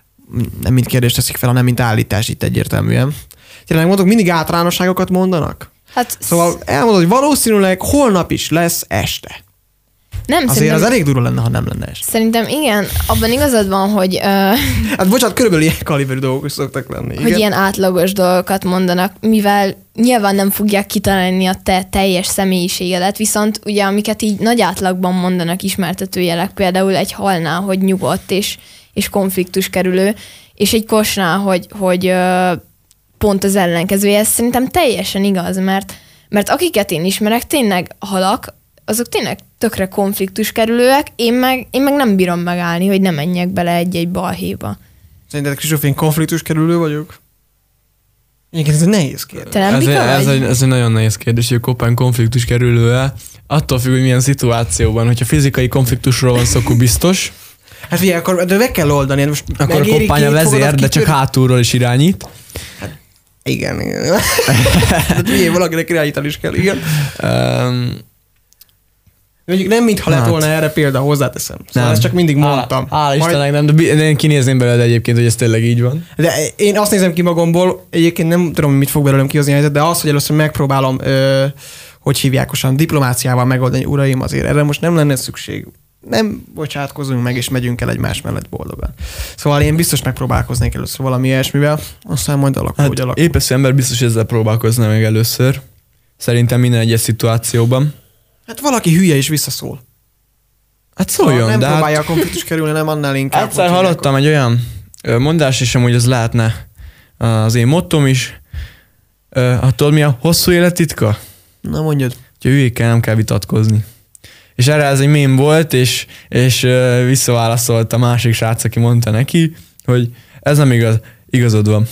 Nem mint kérdést teszik fel, hanem mint állítás itt egyértelműen. Tényleg mondok, mindig általánosságokat mondanak? Hát szóval elmondod, hogy valószínűleg holnap is lesz este. Nem, azért szerintem, az elég durva lenne, ha nem lenne este. Szerintem igen, abban igazad van, hogy... Uh, hát bocsánat, körülbelül ilyen kaliberű dolgok is szoktak lenni. Hogy igen? ilyen átlagos dolgokat mondanak, mivel nyilván nem fogják kitalálni a te teljes személyiségedet, viszont ugye amiket így nagy átlagban mondanak ismertetőjelek, például egy halnál, hogy nyugodt és, és konfliktus kerülő, és egy kosnál, hogy, hogy uh, pont az ellenkezője, ez szerintem teljesen igaz, mert, mert akiket én ismerek, tényleg halak, azok tényleg tökre konfliktus kerülőek, én meg, én meg nem bírom megállni, hogy ne menjek bele egy-egy balhéba. Szerinted, Kristóf, én konfliktus kerülő vagyok? Egyébként ez egy nehéz kérdés. Te nem ez, bika ez, vagy? egy, ez egy nagyon nehéz kérdés, hogy Koppán konfliktus kerülő-e. Attól függ, hogy milyen szituációban. Hogyha fizikai konfliktusról van szó, akkor biztos. Hát figyelj, akkor de meg kell oldani. Most akkor Koppány a vezér, de csak hátulról is irányít. Hát, igen, igen. Hát figyelj, valakinek irányítani is kell, igen. Um, Mondjuk nem mintha lett volna erre példa, hozzáteszem. Szóval nem. ezt csak mindig mondtam. Hála Istennek nem, de én kinézném belőled egyébként, hogy ez tényleg így van. De én azt nézem ki magamból, egyébként nem tudom, mit fog belőlem kihozni a helyzet, de az, hogy először megpróbálom, ö, hogy hívják osan, diplomáciával megoldani, uraim, azért erre most nem lenne szükség. Nem bocsátkozunk meg, és megyünk el egymás mellett boldogan. Szóval én biztos megpróbálkoznék először valami ilyesmivel, aztán majd alakul, hát hogy alakul. Épeszű ember biztos ezzel próbálkozna meg először. Szerintem minden egyes szituációban. Hát valaki hülye is visszaszól. Hát szóljon, nem de próbálja hát... a konfliktus kerülni, nem annál inkább. Egyszer hallottam egy olyan mondás, és amúgy ez lehetne az én mottom is. Hát tudod, mi a hosszú élet titka? Na mondjad. Hogy a hülyékkel nem kell vitatkozni. És erre ez egy mém volt, és, és visszaválaszolt a másik srác, aki mondta neki, hogy ez nem igaz, igazod van.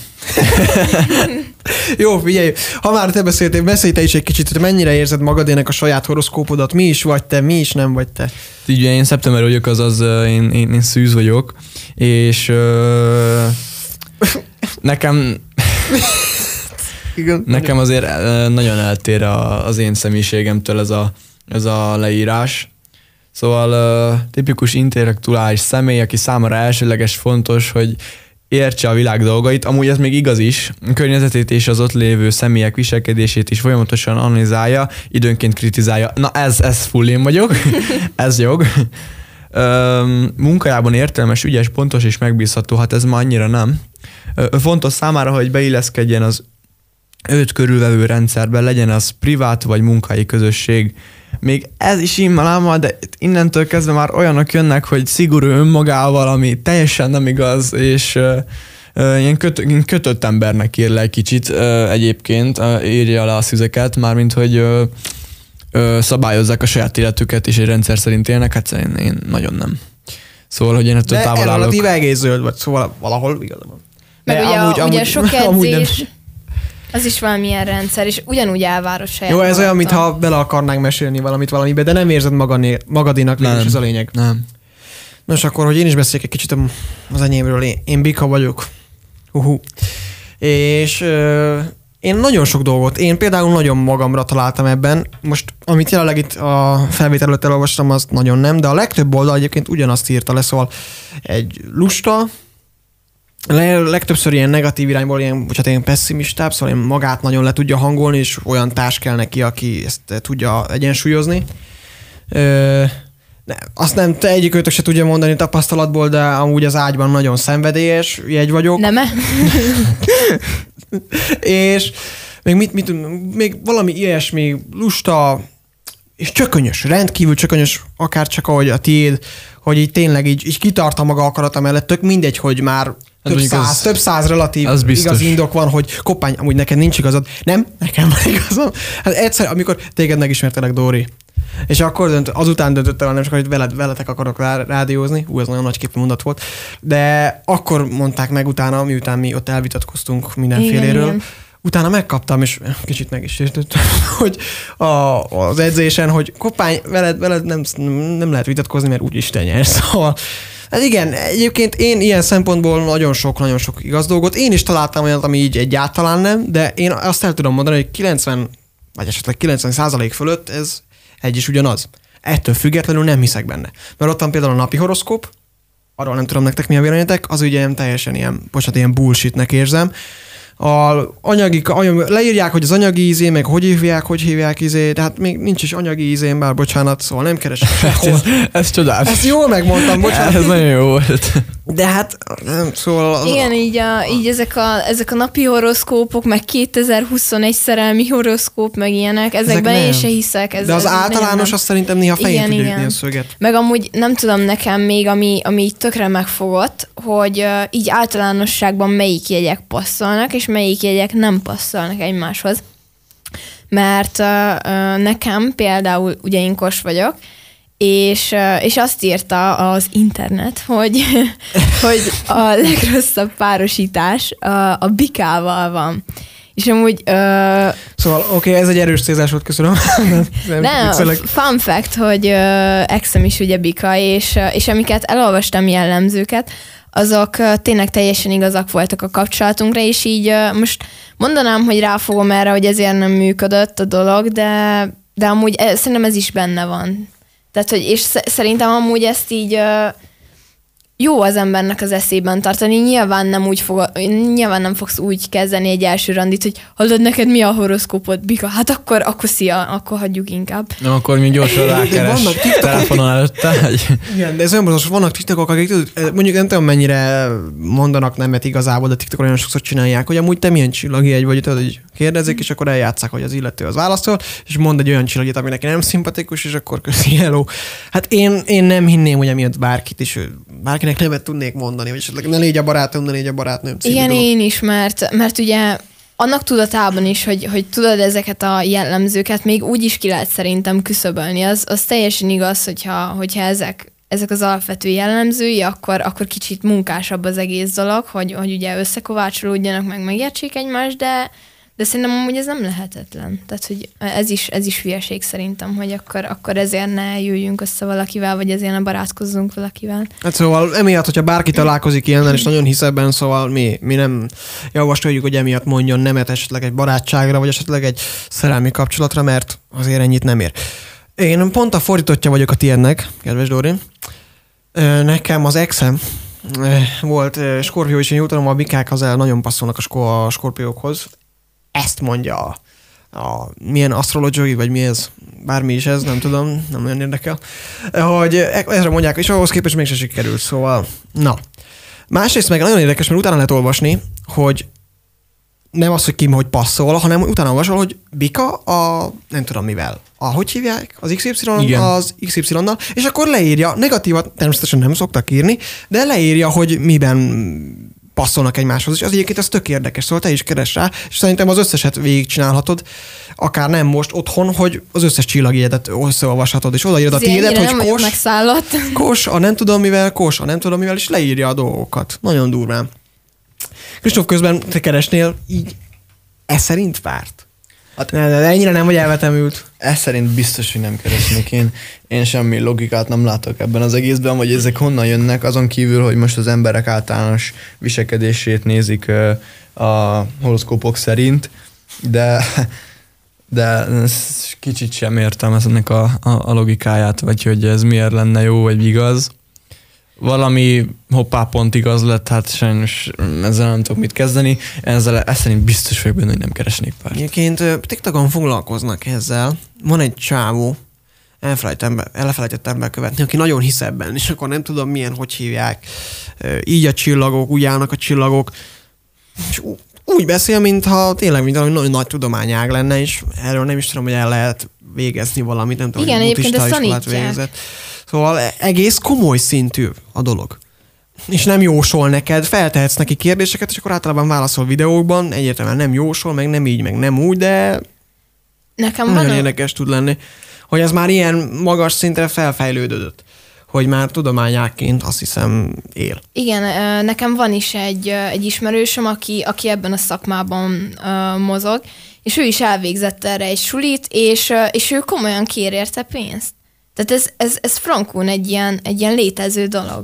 Jó, figyelj, ha már te beszéltél, beszélj te is egy kicsit, hogy mennyire érzed magadének a saját horoszkópodat, mi is vagy te, mi is nem vagy te. Így én szeptember vagyok, azaz én, én, én szűz vagyok, és uh, nekem Igen. nekem azért nagyon eltér a, az én személyiségemtől ez a, ez a leírás. Szóval uh, tipikus intellektuális személy, aki számára elsőleges fontos, hogy értse a világ dolgait, amúgy ez még igaz is, a környezetét és az ott lévő személyek viselkedését is folyamatosan analizálja, időnként kritizálja. Na ez, ez full én vagyok, ez jog. Üm, munkájában értelmes, ügyes, pontos és megbízható, hát ez ma annyira nem. Fontos számára, hogy beilleszkedjen az őt körülvevő rendszerben, legyen az privát vagy munkai közösség. Még ez is immámmal, de innentől kezdve már olyanok jönnek, hogy szigorú önmagával, ami teljesen nem igaz, és uh, uh, ilyen köt, kötött embernek ír le egy kicsit uh, egyébként, uh, írja le a szüzeket, mármint hogy uh, uh, szabályozzák a saját életüket, és egy rendszer szerint élnek, hát én, én nagyon nem. Szóval, hogy én ettől de távol állok. De relatív egész zöld vagy, szóval valahol igazad van. Meg de ugye, amúgy, a, amúgy, ugye sok amúgy edzés, nem. az is valamilyen rendszer, és ugyanúgy elvárod saját Jó, ez olyan, magadtól. mintha bele akarnánk mesélni valamit valamibe, de nem érzed magané, magadénak, mégis ez a lényeg. Nem. Nos, akkor, hogy én is beszéljek egy kicsit az enyémről, én, én bika vagyok. Uhu. És euh, én nagyon sok dolgot, én például nagyon magamra találtam ebben. Most, amit jelenleg itt a felvétel előtt elolvastam, az nagyon nem, de a legtöbb oldal egyébként ugyanazt írta le, szóval egy lusta, legtöbbször ilyen negatív irányból, ilyen, bocsánat, ilyen pessimistább, szóval ilyen magát nagyon le tudja hangolni, és olyan társ kell neki, aki ezt tudja egyensúlyozni. Ö, Ne, azt nem, te egyikőtök se tudja mondani tapasztalatból, de amúgy az ágyban nagyon szenvedélyes jegy vagyok. Nem-e? És még, mit, mit, még valami ilyesmi lusta, és csökönyös, rendkívül csökönyös, akár csak ahogy a tiéd, hogy így tényleg így, így kitarta maga akarata mellett, tök mindegy, hogy már több száz, az, több száz relatív igaz indok van, hogy koppány, amúgy neked nincs igazad. Nem, nekem van igazam. Hát egyszer, amikor téged megismertelek, Dóri, és akkor dönt, azután döntöttem el, nem csak, hogy veled, veletek akarok rá, rádiózni, ú, ez nagyon nagy képű mondat volt, de akkor mondták meg utána, miután mi ott elvitatkoztunk mindenféléről, igen, utána megkaptam, és kicsit meg is értettem, hogy a, az edzésen, hogy koppány, veled, veled nem, nem lehet vitatkozni, mert úgyis te nyersz. Szóval, hát igen, egyébként én ilyen szempontból nagyon sok, nagyon sok igaz dolgot. Én is találtam olyat, ami így egyáltalán nem, de én azt el tudom mondani, hogy kilencven vagy esetleg kilencven százalék fölött ez egy is ugyanaz. Ettől függetlenül nem hiszek benne. Mert ott van például a napi horoszkóp, arról nem tudom nektek mi a véleményetek, az ugye teljesen ilyen, bocsánat, ilyen bullshitnek érzem. A anyagi, leírják, hogy az anyagi ízé, meg hogy hívják, hogy hívják ízé, de hát még nincs is anyagi ízén, bár bocsánat, szóval nem keresek sehol. ez, ez csodálatos. Ezt jól megmondtam, bocsánat. Ez nagyon jó volt. De hát, nem, szóval... Az igen, így, a, így ezek, a, ezek a napi horoszkópok, meg kétezer-huszonegy szerelmi horoszkóp, meg ilyenek, ezekben ezek én se hiszek. Ez, de az ez általános, azt szerintem néha fején tudja ütni a szöget. Meg amúgy nem tudom nekem még, ami, ami így tökre megfogott, hogy uh, így általánosságban melyik jegyek passzolnak, és melyik jegyek nem passzolnak egymáshoz. Mert uh, uh, nekem például, ugye én Kos vagyok, és, uh, és azt írta az internet, hogy, hogy a legrosszabb párosítás a, a bikával van. És amúgy... Uh, szóval oké, okay, ez egy erős célzás volt, köszönöm. nem, nem fun fact, hogy uh, exem is ugye bika, és, uh, és amiket elolvastam jellemzőket, azok uh, tényleg teljesen igazak voltak a kapcsolatunkra, és így uh, most mondanám, hogy ráfogom erre, hogy ezért nem működött a dolog, de, de amúgy ez, szerintem ez is benne van. Tehát, hogy, és szerintem amúgy ezt így uh, jó az embernek az eszében tartani. Nyilván nem, úgy fog, nyilván nem fogsz úgy kezdeni egy első randit, hogy hallod, neked mi a horoszkópod, Bika? Hát akkor, akkor szia, akkor hagyjuk inkább. Nem, akkor mi gyorsan rákeres telefonon előtte. Igen, de ez olyan borzasztó, vannak TikTokok, akik mondjuk nem tudom mennyire mondanak nemet igazából, de TikTokon olyan sokszor csinálják, hogy amúgy te milyen csillagjegy vagy, tudod, hogy kérdezik, és akkor eljátszák, hogy az illető az válaszol, és mond egy olyan csillagjét, ami neki nem szimpatikus, és akkor köszi, hello. Hát én, én nem hinném, hogy emiatt bárkit is, bárkinek nevet tudnék mondani, vagy esetleg ne légy a barátom, ne légy a barátnőm. Igen, dolog. én is, mert, mert ugye annak tudatában is, hogy, hogy tudod ezeket a jellemzőket, még úgy is ki lehet szerintem küszöbölni. Az, az teljesen igaz, hogyha, hogyha ezek, ezek az alapvető jellemzői, akkor, akkor kicsit munkásabb az egész dolog, hogy, hogy ugye összekovácsolódjanak, meg megértsék egymást, de De szerintem amúgy ez nem lehetetlen. Tehát, hogy ez is, ez is hülyeség szerintem, hogy akkor, akkor ezért ne jöjjünk össze valakivel, vagy ezért ne barátkozzunk valakivel. Hát szóval emiatt, hogyha bárki találkozik ilyennel, és nagyon hisz ebben, szóval mi, mi nem javasoljuk, hogy emiatt mondjon nemet esetleg egy barátságra, vagy esetleg egy szerelmi kapcsolatra, mert azért ennyit nem ér. Én pont a fordítottja vagyok a tiédnek, kedves Dóri. Nekem az exem volt skorpió, és én jól tudom, a bikák az el nagyon passzolnak a, sko- a skorpiókhoz. Ezt mondja a, a milyen asztrológiai, vagy mi ez, bármi is ez, nem tudom, nem nagyon érdekel, hogy ezre mondják, és ahhoz képest mégsem sikerül, szóval, na. Másrészt meg nagyon érdekes, mert utána lehet olvasni, hogy nem az, hogy ki hogy passzol, hanem utána olvasol, hogy bika a, nem tudom mivel, a, hogy hívják, az iksz ipszilon, igen. Az iksz ipszilonnal, és akkor leírja, negatívat természetesen nem szoktak írni, de leírja, hogy miben passzolnak egymáshoz, és az egyébként ez tök érdekes, szóval te is keres rá, és szerintem az összeset végigcsinálhatod, akár nem most otthon, hogy az összes csillagjegyedet összeolvashatod, és odaírod a tiédet, hogy kos, kos, a nem tudom mivel, kos, a nem tudom mivel, és leírja a dolgokat. Nagyon durván. Kristóf, közben te keresnél így e szerint párt? Hát, ne, de ennyire nem vagy elvetemült. Ez szerint biztos, hogy nem keresnék. Én, én semmi logikát nem látok ebben az egészben, hogy ezek honnan jönnek, azon kívül, hogy most az emberek általános viselkedését nézik a horoszkópok szerint, de, de kicsit sem értem ennek a, a, a logikáját, vagy hogy ez miért lenne jó, vagy igaz. Valami hoppá pont igaz lett, hát sajnos ezzel nem tudok mit kezdeni. Ezzel ezt szerint biztos vagyok benne, hogy nem keresnék párt. Egyébként TikTokon foglalkoznak ezzel. Van egy csávó, elfelejtettem, elfelejtettem bekövetni, aki nagyon hisz ebben, és akkor nem tudom milyen, hogy hívják. Így a csillagok, úgy állnak a csillagok. És úgy beszél, mintha tényleg mint valami nagyon nagy tudományág lenne, és erről nem is tudom, hogy el lehet végezni valamit, nem tudom, igen, hogy buddhista iskolát végezett. Szóval egész komoly szintű a dolog. És nem jósol neked, feltehetsz neki kérdéseket, és akkor általában válaszol videókban, egyértelműen nem jósol, meg nem így, meg nem úgy, de nekem nagyon van érdekes tud lenni, hogy ez már ilyen magas szintre felfejlődött, hogy már tudományákként azt hiszem él. Igen, nekem van is egy, egy ismerősöm, aki, aki ebben a szakmában uh, mozog, és ő is elvégzett erre egy sulit, és, és ő komolyan kér érte pénzt. Tehát ez, ez, ez frankón egy ilyen, egy ilyen létező dolog.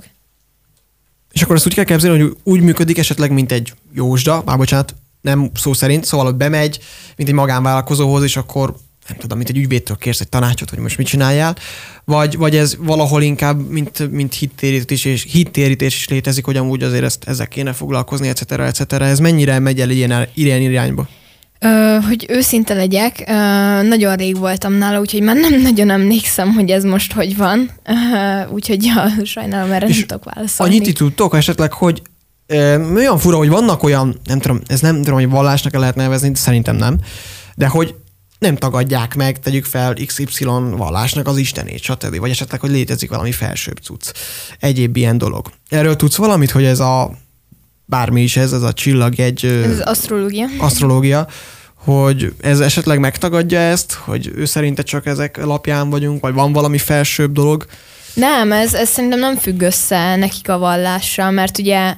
És akkor ezt úgy kell képzelni, hogy úgy működik esetleg, mint egy jósda, már bocsánat, nem szó szerint, szóval hogy bemegy, mint egy magánvállalkozóhoz, és akkor nem tudom, mint egy ügyvédtől kérsz egy tanácsot, hogy most mit csináljál, vagy, vagy ez valahol inkább, mint, mint hittérítés, és, hittérítés is létezik, hogy amúgy azért ezt, ezzel kéne foglalkozni, et cetera, et cetera. Ez mennyire megy el ilyen, ilyen irányba? Ö, hogy őszinte legyek, ö, nagyon rég voltam nála, úgyhogy már nem nagyon emlékszem, hogy ez most hogy van. Ö, úgyhogy ja, sajnálom, erre nem tudok válaszolni. Annyit itt tudtok esetleg, hogy ö, olyan fura, hogy vannak olyan, nem tudom, ez nem tudom, hogy vallásnak el lehet nevezni, de szerintem nem, de hogy nem tagadják meg, tegyük fel iksz ipszilon vallásnak az istenét, stb. Vagy esetleg, hogy létezik valami felsőbb cucc. Egyéb ilyen dolog. Erről tudsz valamit, hogy ez a bármi is ez, ez a csillagjegy... Ez az asztrológia. Asztrológia, hogy ez esetleg megtagadja ezt, hogy ő szerinte csak ezek alapján vagyunk, vagy van valami felsőbb dolog? Nem, ez, ez szerintem nem függ össze nekik a vallással, mert ugye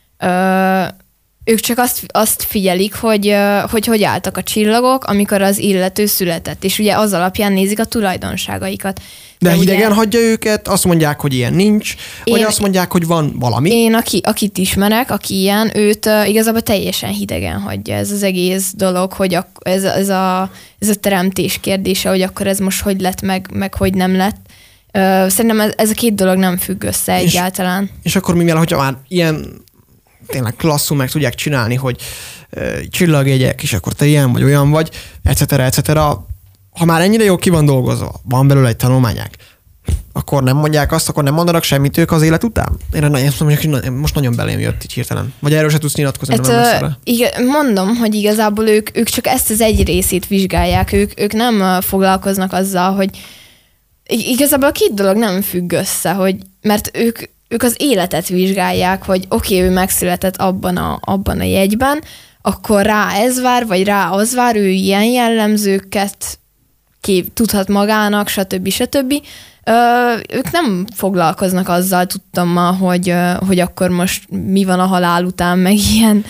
ö, ők csak azt, azt figyelik, hogy, hogy hogy álltak a csillagok, amikor az illető született, és ugye az alapján nézik a tulajdonságaikat. De, De hidegen ugye, hagyja őket, azt mondják, hogy ilyen nincs, én, vagy azt mondják, hogy van valami. Én, aki, akit ismerek, aki ilyen, őt uh, igazából teljesen hidegen hagyja ez az egész dolog, hogy ak- ez, ez, a, ez a teremtés kérdése, hogy akkor ez most hogy lett, meg, meg hogy nem lett. Uh, szerintem ez, ez a két dolog nem függ össze és, egyáltalán. És akkor mivel, hogyha már ilyen tényleg klasszul meg tudják csinálni, hogy uh, csillagjegyek, és akkor te ilyen vagy, olyan vagy, et cetera, et cetera. Ha már ennyire jó ki van dolgozva, van belőle egy tanulmányák, akkor nem mondják azt, akkor nem mondanak semmit ők az élet után? Én ezt mondom, hogy most nagyon belém jött így hirtelen. Vagy erről se tudsz nyilatkozni, hát, nem messze. Igen, mondom, hogy igazából ők, ők csak ezt az egy részét vizsgálják, ők, ők nem foglalkoznak azzal, hogy igazából a két dolog nem függ össze, hogy, mert ők, ők az életet vizsgálják, hogy oké, okay, ő megszületett abban a, abban a jegyben, akkor rá ez vár, vagy rá az vár, ő ilyen jellemzőket kép, tudhat magának, stb. stb. Ö, ők nem foglalkoznak azzal, tudtam ma, hogy, ö, hogy akkor most mi van a halál után, meg ilyen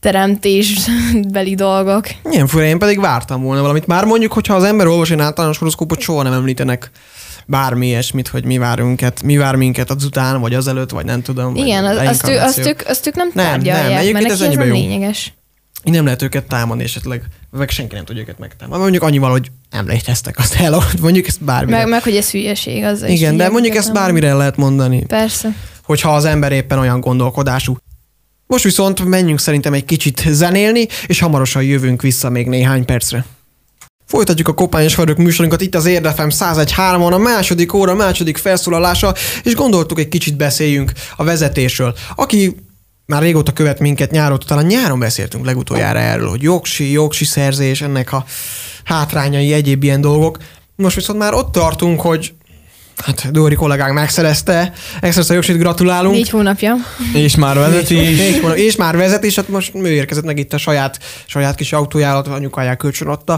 teremtésbeli dolgok. Ilyen fura, én pedig vártam volna valamit. Már mondjuk, hogyha az ember olvas egy általános horoszkópot, soha nem említenek bármi ilyesmit, hogy mi vár minket, mi vár minket azután, vagy azelőtt, vagy nem tudom. Igen, az, azt, ő, azt, ők, azt ők nem tárgyalják, nem, nem. mert neki ez, ez nem jó. lényeges. Így nem lehet őket támadni esetleg, meg senki nem tudja őket megtámadni. Mondjuk annyival, hogy emlékeztek azt el, hogy mondjuk ezt bármire. Meg, meg hogy ez hülyeség. Az igen, de mondjuk ezt bármire lehet mondani. Persze. Hogyha az ember éppen olyan gondolkodású. Most viszont menjünk szerintem egy kicsit zenélni, és hamarosan jövünk vissza még néhány percre. Folytatjuk a Kopányos Vagyok műsorunkat itt az Érd ef em száz egy pont három-on, a második óra, második felszólalása, és gondoltuk, egy kicsit beszéljünk a vezetésről. Aki már régóta követ minket nyáron, talán nyáron beszéltünk legutoljára erről, hogy jogsi, jogsi szerzés, ennek a hátrányai, egyéb ilyen dolgok. Most viszont már ott tartunk, hogy hát Dóri kollégánk megszerezte, megszerezte a jogsit, gratulálunk. Négy hónapja. És már vezeti is. És már vezet, és hát most ő érkezett meg itt a saját, saját kis autójárat, anyukáját kölcsön adta.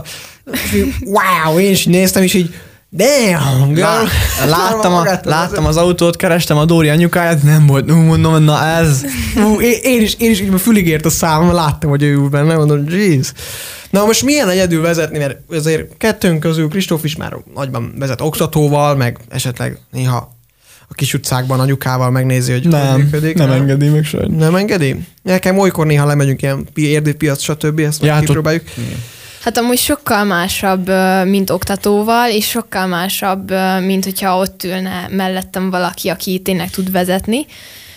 Wow, én is néztem, és így damn, Lá, láttam, a, láttam az autót, kerestem a Dóri anyukáját, nem volt, ú, mondom, na ez. Ú, én, én is, én is így fülig ért a számom, láttam, hogy ő ül benne, mondom, jeez. Na most milyen egyedül vezetni, mert azért kettőnk közül Kristóf is már nagyban vezet oktatóval, meg esetleg néha a kis utcákban anyukával megnézi, hogy nem, működik. Nem, nem engedi meg sajnos. Nem engedi? Nekem olykor néha lemegyünk ilyen érdőpiac, stb. Ezt ja, kipróbáljuk. Hát amúgy sokkal másabb, mint oktatóval, és sokkal másabb, mint hogyha ott ülne mellettem valaki, aki tényleg tud vezetni.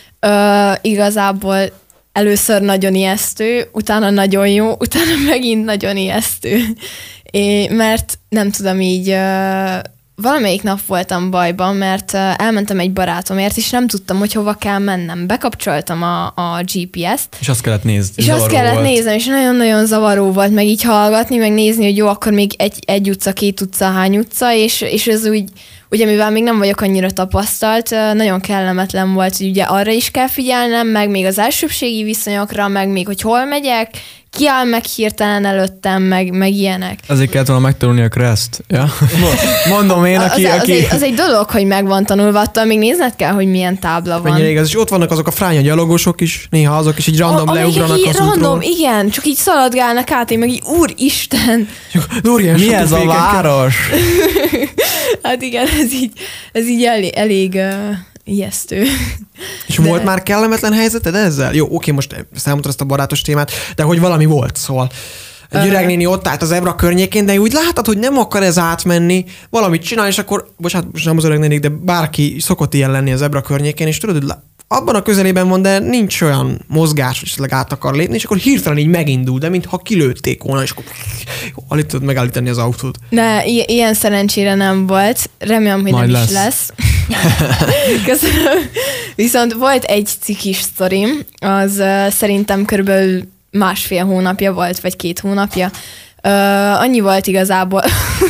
Ö, igazából először nagyon ijesztő, utána nagyon jó, utána megint nagyon ijesztő. É, mert nem tudom így, valamelyik nap voltam bajban, mert elmentem egy barátomért, és nem tudtam, hogy hova kell mennem. Bekapcsoltam a, a gé pé es-t. És azt kellett nézni. És azt kellett volt. néznem, és nagyon-nagyon zavaró volt, meg így hallgatni, meg nézni, hogy jó, akkor még egy, egy utca, két utca, hány utca, és, és ez úgy, ugye mivel még nem vagyok annyira tapasztalt, nagyon kellemetlen volt, hogy ugye arra is kell figyelnem, meg még az elsőbségi viszonyokra, meg még, hogy hol megyek, ki áll meg hirtelen előttem, meg, meg ilyenek. Azért kellett volna megtanulni a Crest. Ja? Mondom én, aki... Az, az, aki... egy, az egy dolog, hogy meg van tanulva, attól még nézned kell, hogy milyen tábla van. Mennyire igaz, és ott vannak azok a fránya gyalogosok is, néha azok is így random a, leugranak az random, útról. igen, csak így szaladgálnak át, én meg így, úristen! Mi ez a város? Hát igen, ez így, ez így elég, elég uh, ijesztő. És de... volt már kellemetlen helyzeted ezzel? Jó, oké, most számoltad ezt a barátos témát, de hogy valami volt, szóval egy öreg néni ott állt az Ebra környékén, de úgy látod, hogy nem akar ez átmenni, valamit csinál, és akkor, bocsánat, most nem az öreg nénik, de bárki szokott ilyen lenni az Ebra környékén, és tudod, hogy abban a közelében van, de nincs olyan mozgás, hogy esetleg át akar lépni, és akkor hirtelen így megindul, de mintha kilőtték volna, és akkor alig tudod megállítani az autót. Ne, i- ilyen szerencsére nem volt. Remélem, hogy Majd nem lesz. is lesz. Köszönöm. Viszont volt egy cikis sztorim, az uh, szerintem körülbelül másfél hónapja volt, vagy két hónapja. Uh, annyi volt igazából.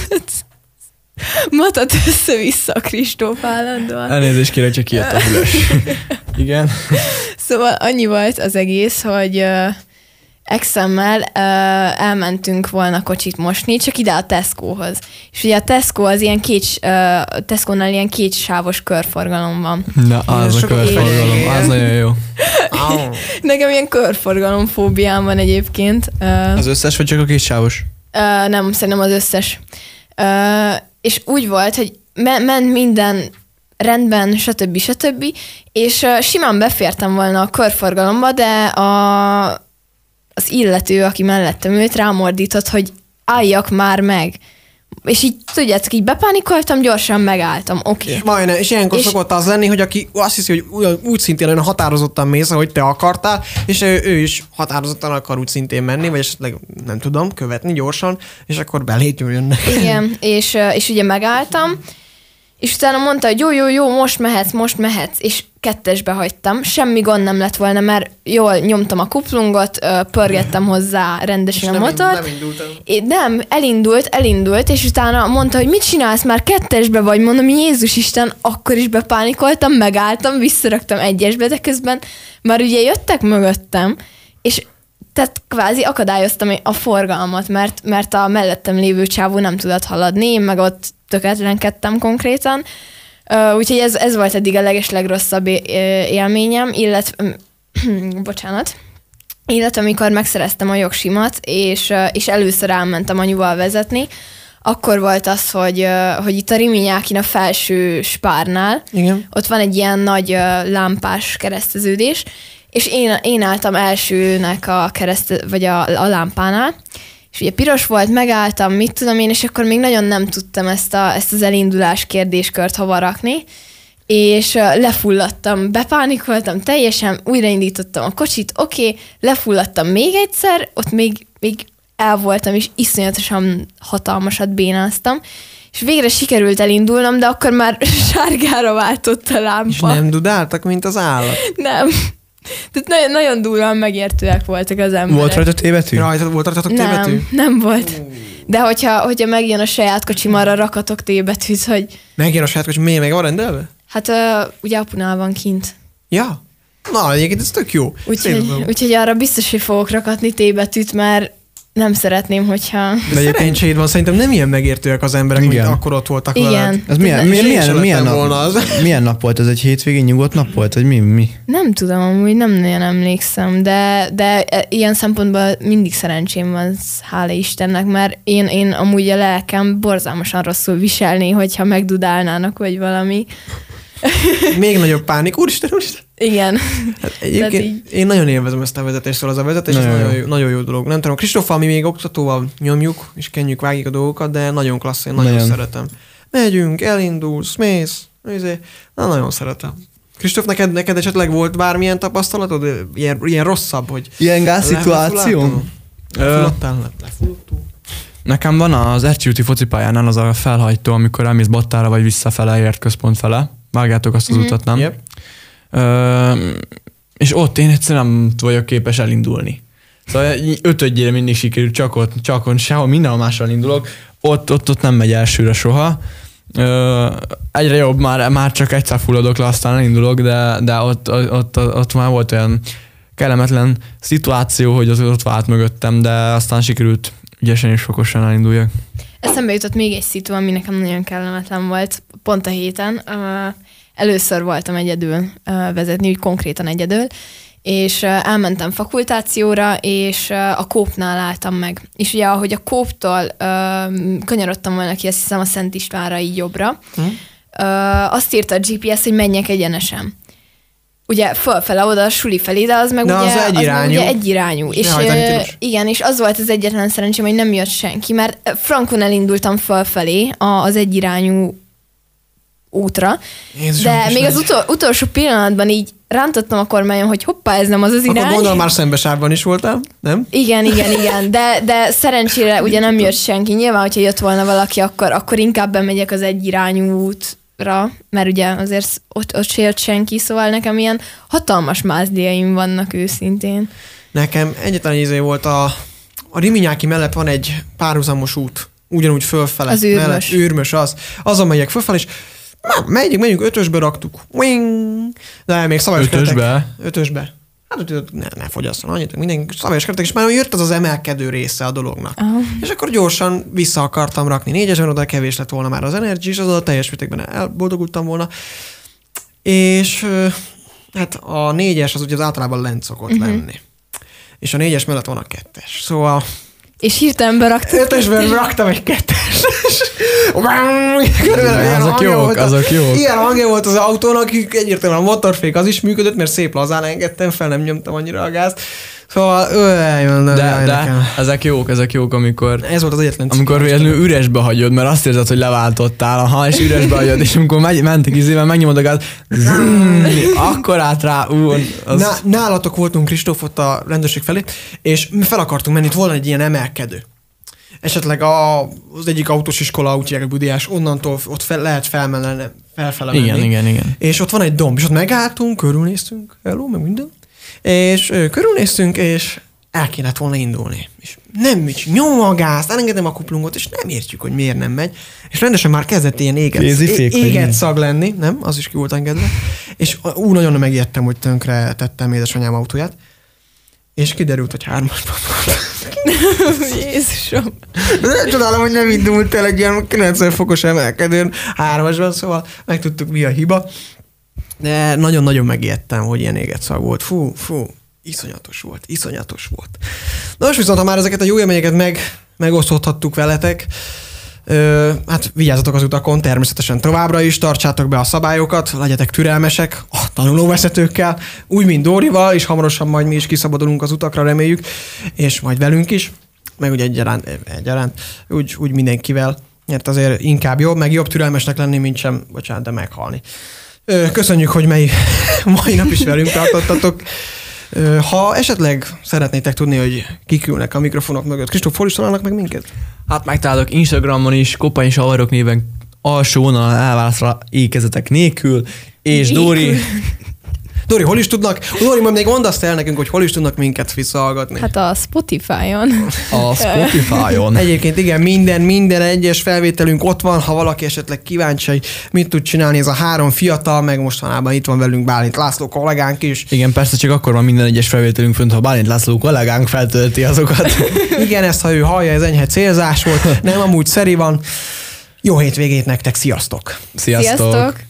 Matat össze-vissza a Kristóf állandóan. Elnézést kérek, csak kijött a füles. Igen. Szóval annyi volt az egész, hogy uh, exemmel uh, elmentünk volna kocsit mosni, csak ide a Tescohoz. És ugye a Tesco az ilyen két, uh, Tesco-nál ilyen kétsávos körforgalom van. Na, az a körforgalom, az nagyon jó. Nekem ilyen körforgalomfóbiám van egyébként. Uh, Az összes, vagy csak a kétsávos? uh, nem, szerintem az összes. Uh, és úgy volt, hogy me- ment minden rendben, stb. stb. És uh, simán befértem volna a körforgalomba, de a, az illető, aki mellettem ült, rámordított, hogy álljak már meg. És így, tudjátok, így bepánikoltam, gyorsan megálltam. Oké. Okay. És majdnem, és ilyenkor és... szokott az lenni, hogy aki azt hiszi, hogy úgy, úgy szintén olyan határozottan mész, ahogy te akartál, és ő, ő is határozottan akar úgy szintén menni, vagy esetleg nem tudom, követni gyorsan, és akkor belétjön jönnek. Igen, és, és ugye megálltam, és utána mondta, hogy jó, jó, jó, most mehetsz, most mehetsz, és kettesbe hagytam. Semmi gond nem lett volna, mert jól nyomtam a kuplungot, pörgettem hozzá rendesen a motort. Nem indultam. Nem, elindult, elindult, és utána mondta, hogy mit csinálsz, már kettesbe vagy, mondom, Jézus Isten, akkor is bepánikoltam, megálltam, visszaraktam egyesbe, de közben már ugye jöttek mögöttem, és tehát kvázi akadályoztam a forgalmat, mert, mert a mellettem lévő csávó nem tudott haladni, én meg ott tökéletlenkedtem konkrétan. Uh, úgyhogy ez, ez volt eddig a legeslegrosszabb élményem, illetve, bocsánat, illetve amikor megszereztem a jogsimat, és, és először elmentem anyuval vezetni, akkor volt az, hogy, hogy itt a Riminyákin a felső spárnál, igen, ott van egy ilyen nagy lámpás kereszteződés, és én, én álltam elsőnek a kereszt, vagy a, a lámpánál, és ugye piros volt, megálltam, mit tudom én, és akkor még nagyon nem tudtam ezt, a, ezt az elindulás kérdéskört hova rakni, és lefulladtam, bepánikoltam teljesen, újraindítottam a kocsit, oké, okay, lefulladtam még egyszer, ott még, még el voltam, és iszonyatosan hatalmasat bénáztam, és végre sikerült elindulnom, de akkor már sárgára váltott a lámpa. És nem dudáltak, mint az állat? Nem. Tehát nagyon, nagyon durván megértőek voltak az emberek. Volt rajta T-betű? Rajta, volt rajtatok T-betű? Nem, nem volt. De hogyha, hogyha megjön a saját kocsim, arra rakatok T-betűt, hogy... Megjön a saját kocsim, miért meg van rendelve? Hát uh, ugye apunál van kint. Ja? Na, egyébként ez tök jó. Úgyhogy, úgyhogy arra biztos, hogy fogok rakatni T-betűt, mert nem szeretném, hogyha... De egyébként van, szerintem nem ilyen megértőek az emberek, igen, mint akkor ott voltak igen, veled. Ez milyen, milyen, milyen, milyen, nap, az. milyen nap volt? Ez egy hétvégén nyugodt nap volt? Vagy mi? mi? Nem tudom, amúgy nem nagyon emlékszem, de, de ilyen szempontból mindig szerencsém van, hála Istennek, mert én, én amúgy a lelkem borzalmasan rosszul viselné, hogyha megdudálnának, vagy valami. Még nagyobb pánik. Úristen, úristen. Igen. Hát egyébként én nagyon élvezem ezt a vezetést, szóval az a vezetés nagyon, ez nagyon, jó. nagyon jó dolog. Nem tudom, Kristóffal mi még oktatóval nyomjuk, és kenjük, vágjuk a dolgokat, de nagyon klassz, én nagyon, nagyon szeretem. Megyünk, elindulsz, mész, nézé, na, nagyon szeretem. Kristóf, neked, neked esetleg volt bármilyen tapasztalatod? Ilyen, ilyen rosszabb, hogy... Ilyen gáz szituáció? Lefulladtál? Lefulladtál? Nekem van az Ercsi úti focipályánál az a felhajtó, amikor elmész Battára vagy visszafele, ért központ fele. Vágjátok azt az mm-hmm. utat, nem? Yep. Ö, és ott én egyszerűen nem vagyok képes elindulni. Szóval ötödjére mindig sikerül, csak ott, csak ott, sehol, mindenhol mással indulok. Ott, ott, ott nem megy elsőre soha. Ö, egyre jobb, már, már csak egyszer fulladok le, aztán elindulok, de, de ott, ott, ott, ott már volt olyan kellemetlen szituáció, hogy az ott vált mögöttem, de aztán sikerült ügyesen és fokosan elinduljak. Eszembe jutott még egy szitu, ami nekem nagyon kellemetlen volt, pont a héten. Először voltam egyedül vezetni, úgy konkrétan egyedül, és elmentem fakultációra, és a Kópnál álltam meg. És ugye, ahogy a Kóptól kanyarodtam volna ki, azt hiszem a Szent Istvánra így jobbra, hmm. azt írta a gé pé es, hogy menjek egyenesen. Ugye fölfele oda a suli felé, de az meg de ugye, az egy az irányú. ugye egyirányú. És ö, igen, és az volt az egyetlen szerencsém, hogy nem jött senki, mert frankon elindultam fölfelé az egyirányú útra, Jézusom, de még az utol, utolsó pillanatban így rántottam a kormányon, hogy hoppá, ez nem az az irány. Akkor gondolom már szembesárban is voltál, nem? Igen, igen, igen, de, de szerencsére ugye nem jött senki. Nyilván, hogyha jött volna valaki, akkor, akkor inkább bemegyek az egyirányú útra, mert ugye azért ott, ott se jött senki, szóval nekem ilyen hatalmas mázdiaim vannak őszintén. Nekem egyetlen izé volt a, a Riminyáki mellett van egy párhuzamos út, ugyanúgy fölfele. Az Ürmös. Mellett, Ürmös az. Azon megyek fölfele, és megyünk, megyünk, ötösbe raktuk. Wing! De még szabályos Ötösbe? keretek. Ötösbe. Hát ne, ne fogyasszon annyit, mindenki szabályos keretek, és már jött az az emelkedő része a dolognak. Uh-huh. És akkor gyorsan vissza akartam rakni négyesen, oda kevés lett volna már az energy, és azon a teljes mértékben elboldogultam volna. És hát a négyes az ugye az általában lent szokott uh-huh. lenni. És a négyes mellett van a kettes. Szóval... És hirtelen beraktam. Ötösben raktam egy kettes. azok jók, azok jók. Ilyen hangja volt az autónak, egyértelműen a motorfék az is működött, mert szép lazán engedtem fel, nem nyomtam annyira a gázt. Szóval öljön, de, de, de ezek jók, ezek jók, amikor, ez volt az egyetlen amikor véletlenül üresbe hagyod, mert azt érzed, hogy leváltottál, aha, és üresbe hagyod, és amikor megy, mentek izével, megnyomod a gáz, zzz, akkor át rá, ú, az... Ná, nálatok voltunk Kristóf ott a rendőrség felé, és mi fel akartunk menni, itt volna egy ilyen emelkedő. Esetleg a, az egyik autós iskola, úgy hívják, Budiás, onnantól ott fel, lehet felmenni, felfele menni. Igen, igen, igen. És ott van egy domb, és ott megálltunk, körülnéztünk, hello, meg minden. És ö, körülnéztünk, és el kellett volna indulni. És nem mit, nyom a gázt, elengedem a kuplungot, és nem értjük, hogy miért nem megy. És rendesen már kezdett ilyen éget, é- éget szag lenni, nem? Az is ki volt engedve. És ú, nagyon megijedtem, hogy tönkre tettem édesanyám autóját. És kiderült, hogy hármasban van. Jézusom. Csodálom, hogy nem indult el egy ilyen kilencven fokos emelkedőn hármasban, szóval megtudtuk, mi a hiba. De nagyon-nagyon megijedtem, hogy ilyen éget szag volt. Fú, fú, iszonyatos volt, iszonyatos volt. Na most viszont, ha már ezeket a jó élményeket meg, megoszthattuk veletek, ö, hát vigyázzatok az utakon, természetesen továbbra is, tartsátok be a szabályokat, legyetek türelmesek a tanulóvezetőkkel, úgy, mint Dórival, és hamarosan majd mi is kiszabadulunk az utakra, reméljük, és majd velünk is, meg ugye egyaránt, egyaránt úgy, úgy mindenkivel, mert azért inkább jobb, meg jobb türelmesnek lenni, mint sem, bocsánat, de meghalni. Köszönjük, hogy mai, mai nap is velünk tartottatok. Ha esetleg szeretnétek tudni, hogy kik ülnek a mikrofonok mögött, Kristóf, hol is találnak meg minket? Hát megtalálok Instagramon is, Koppány Savarok néven alsó vonal elválaszra ékezetek nélkül, és Dóri... Dóri, hol is tudnak? Dóri, majd még mondd azt el nekünk, hogy hol is tudnak minket visszahallgatni. Hát a Spotify-on. A Spotify-on. Egyébként igen, minden, minden egyes felvételünk ott van, ha valaki esetleg kíváncsi, hogy mit tud csinálni ez a három fiatal, meg mostanában itt van velünk Bálint László kollégánk is. Igen, persze csak akkor van minden egyes felvételünk fönt, ha Bálint László kollégánk feltölti azokat. Igen, ezt ha ő hallja, ez enyhe célzás volt, nem amúgy szeri van. Jó hétvégét nektek, sziasztok! Sziasztok! Sziasztok.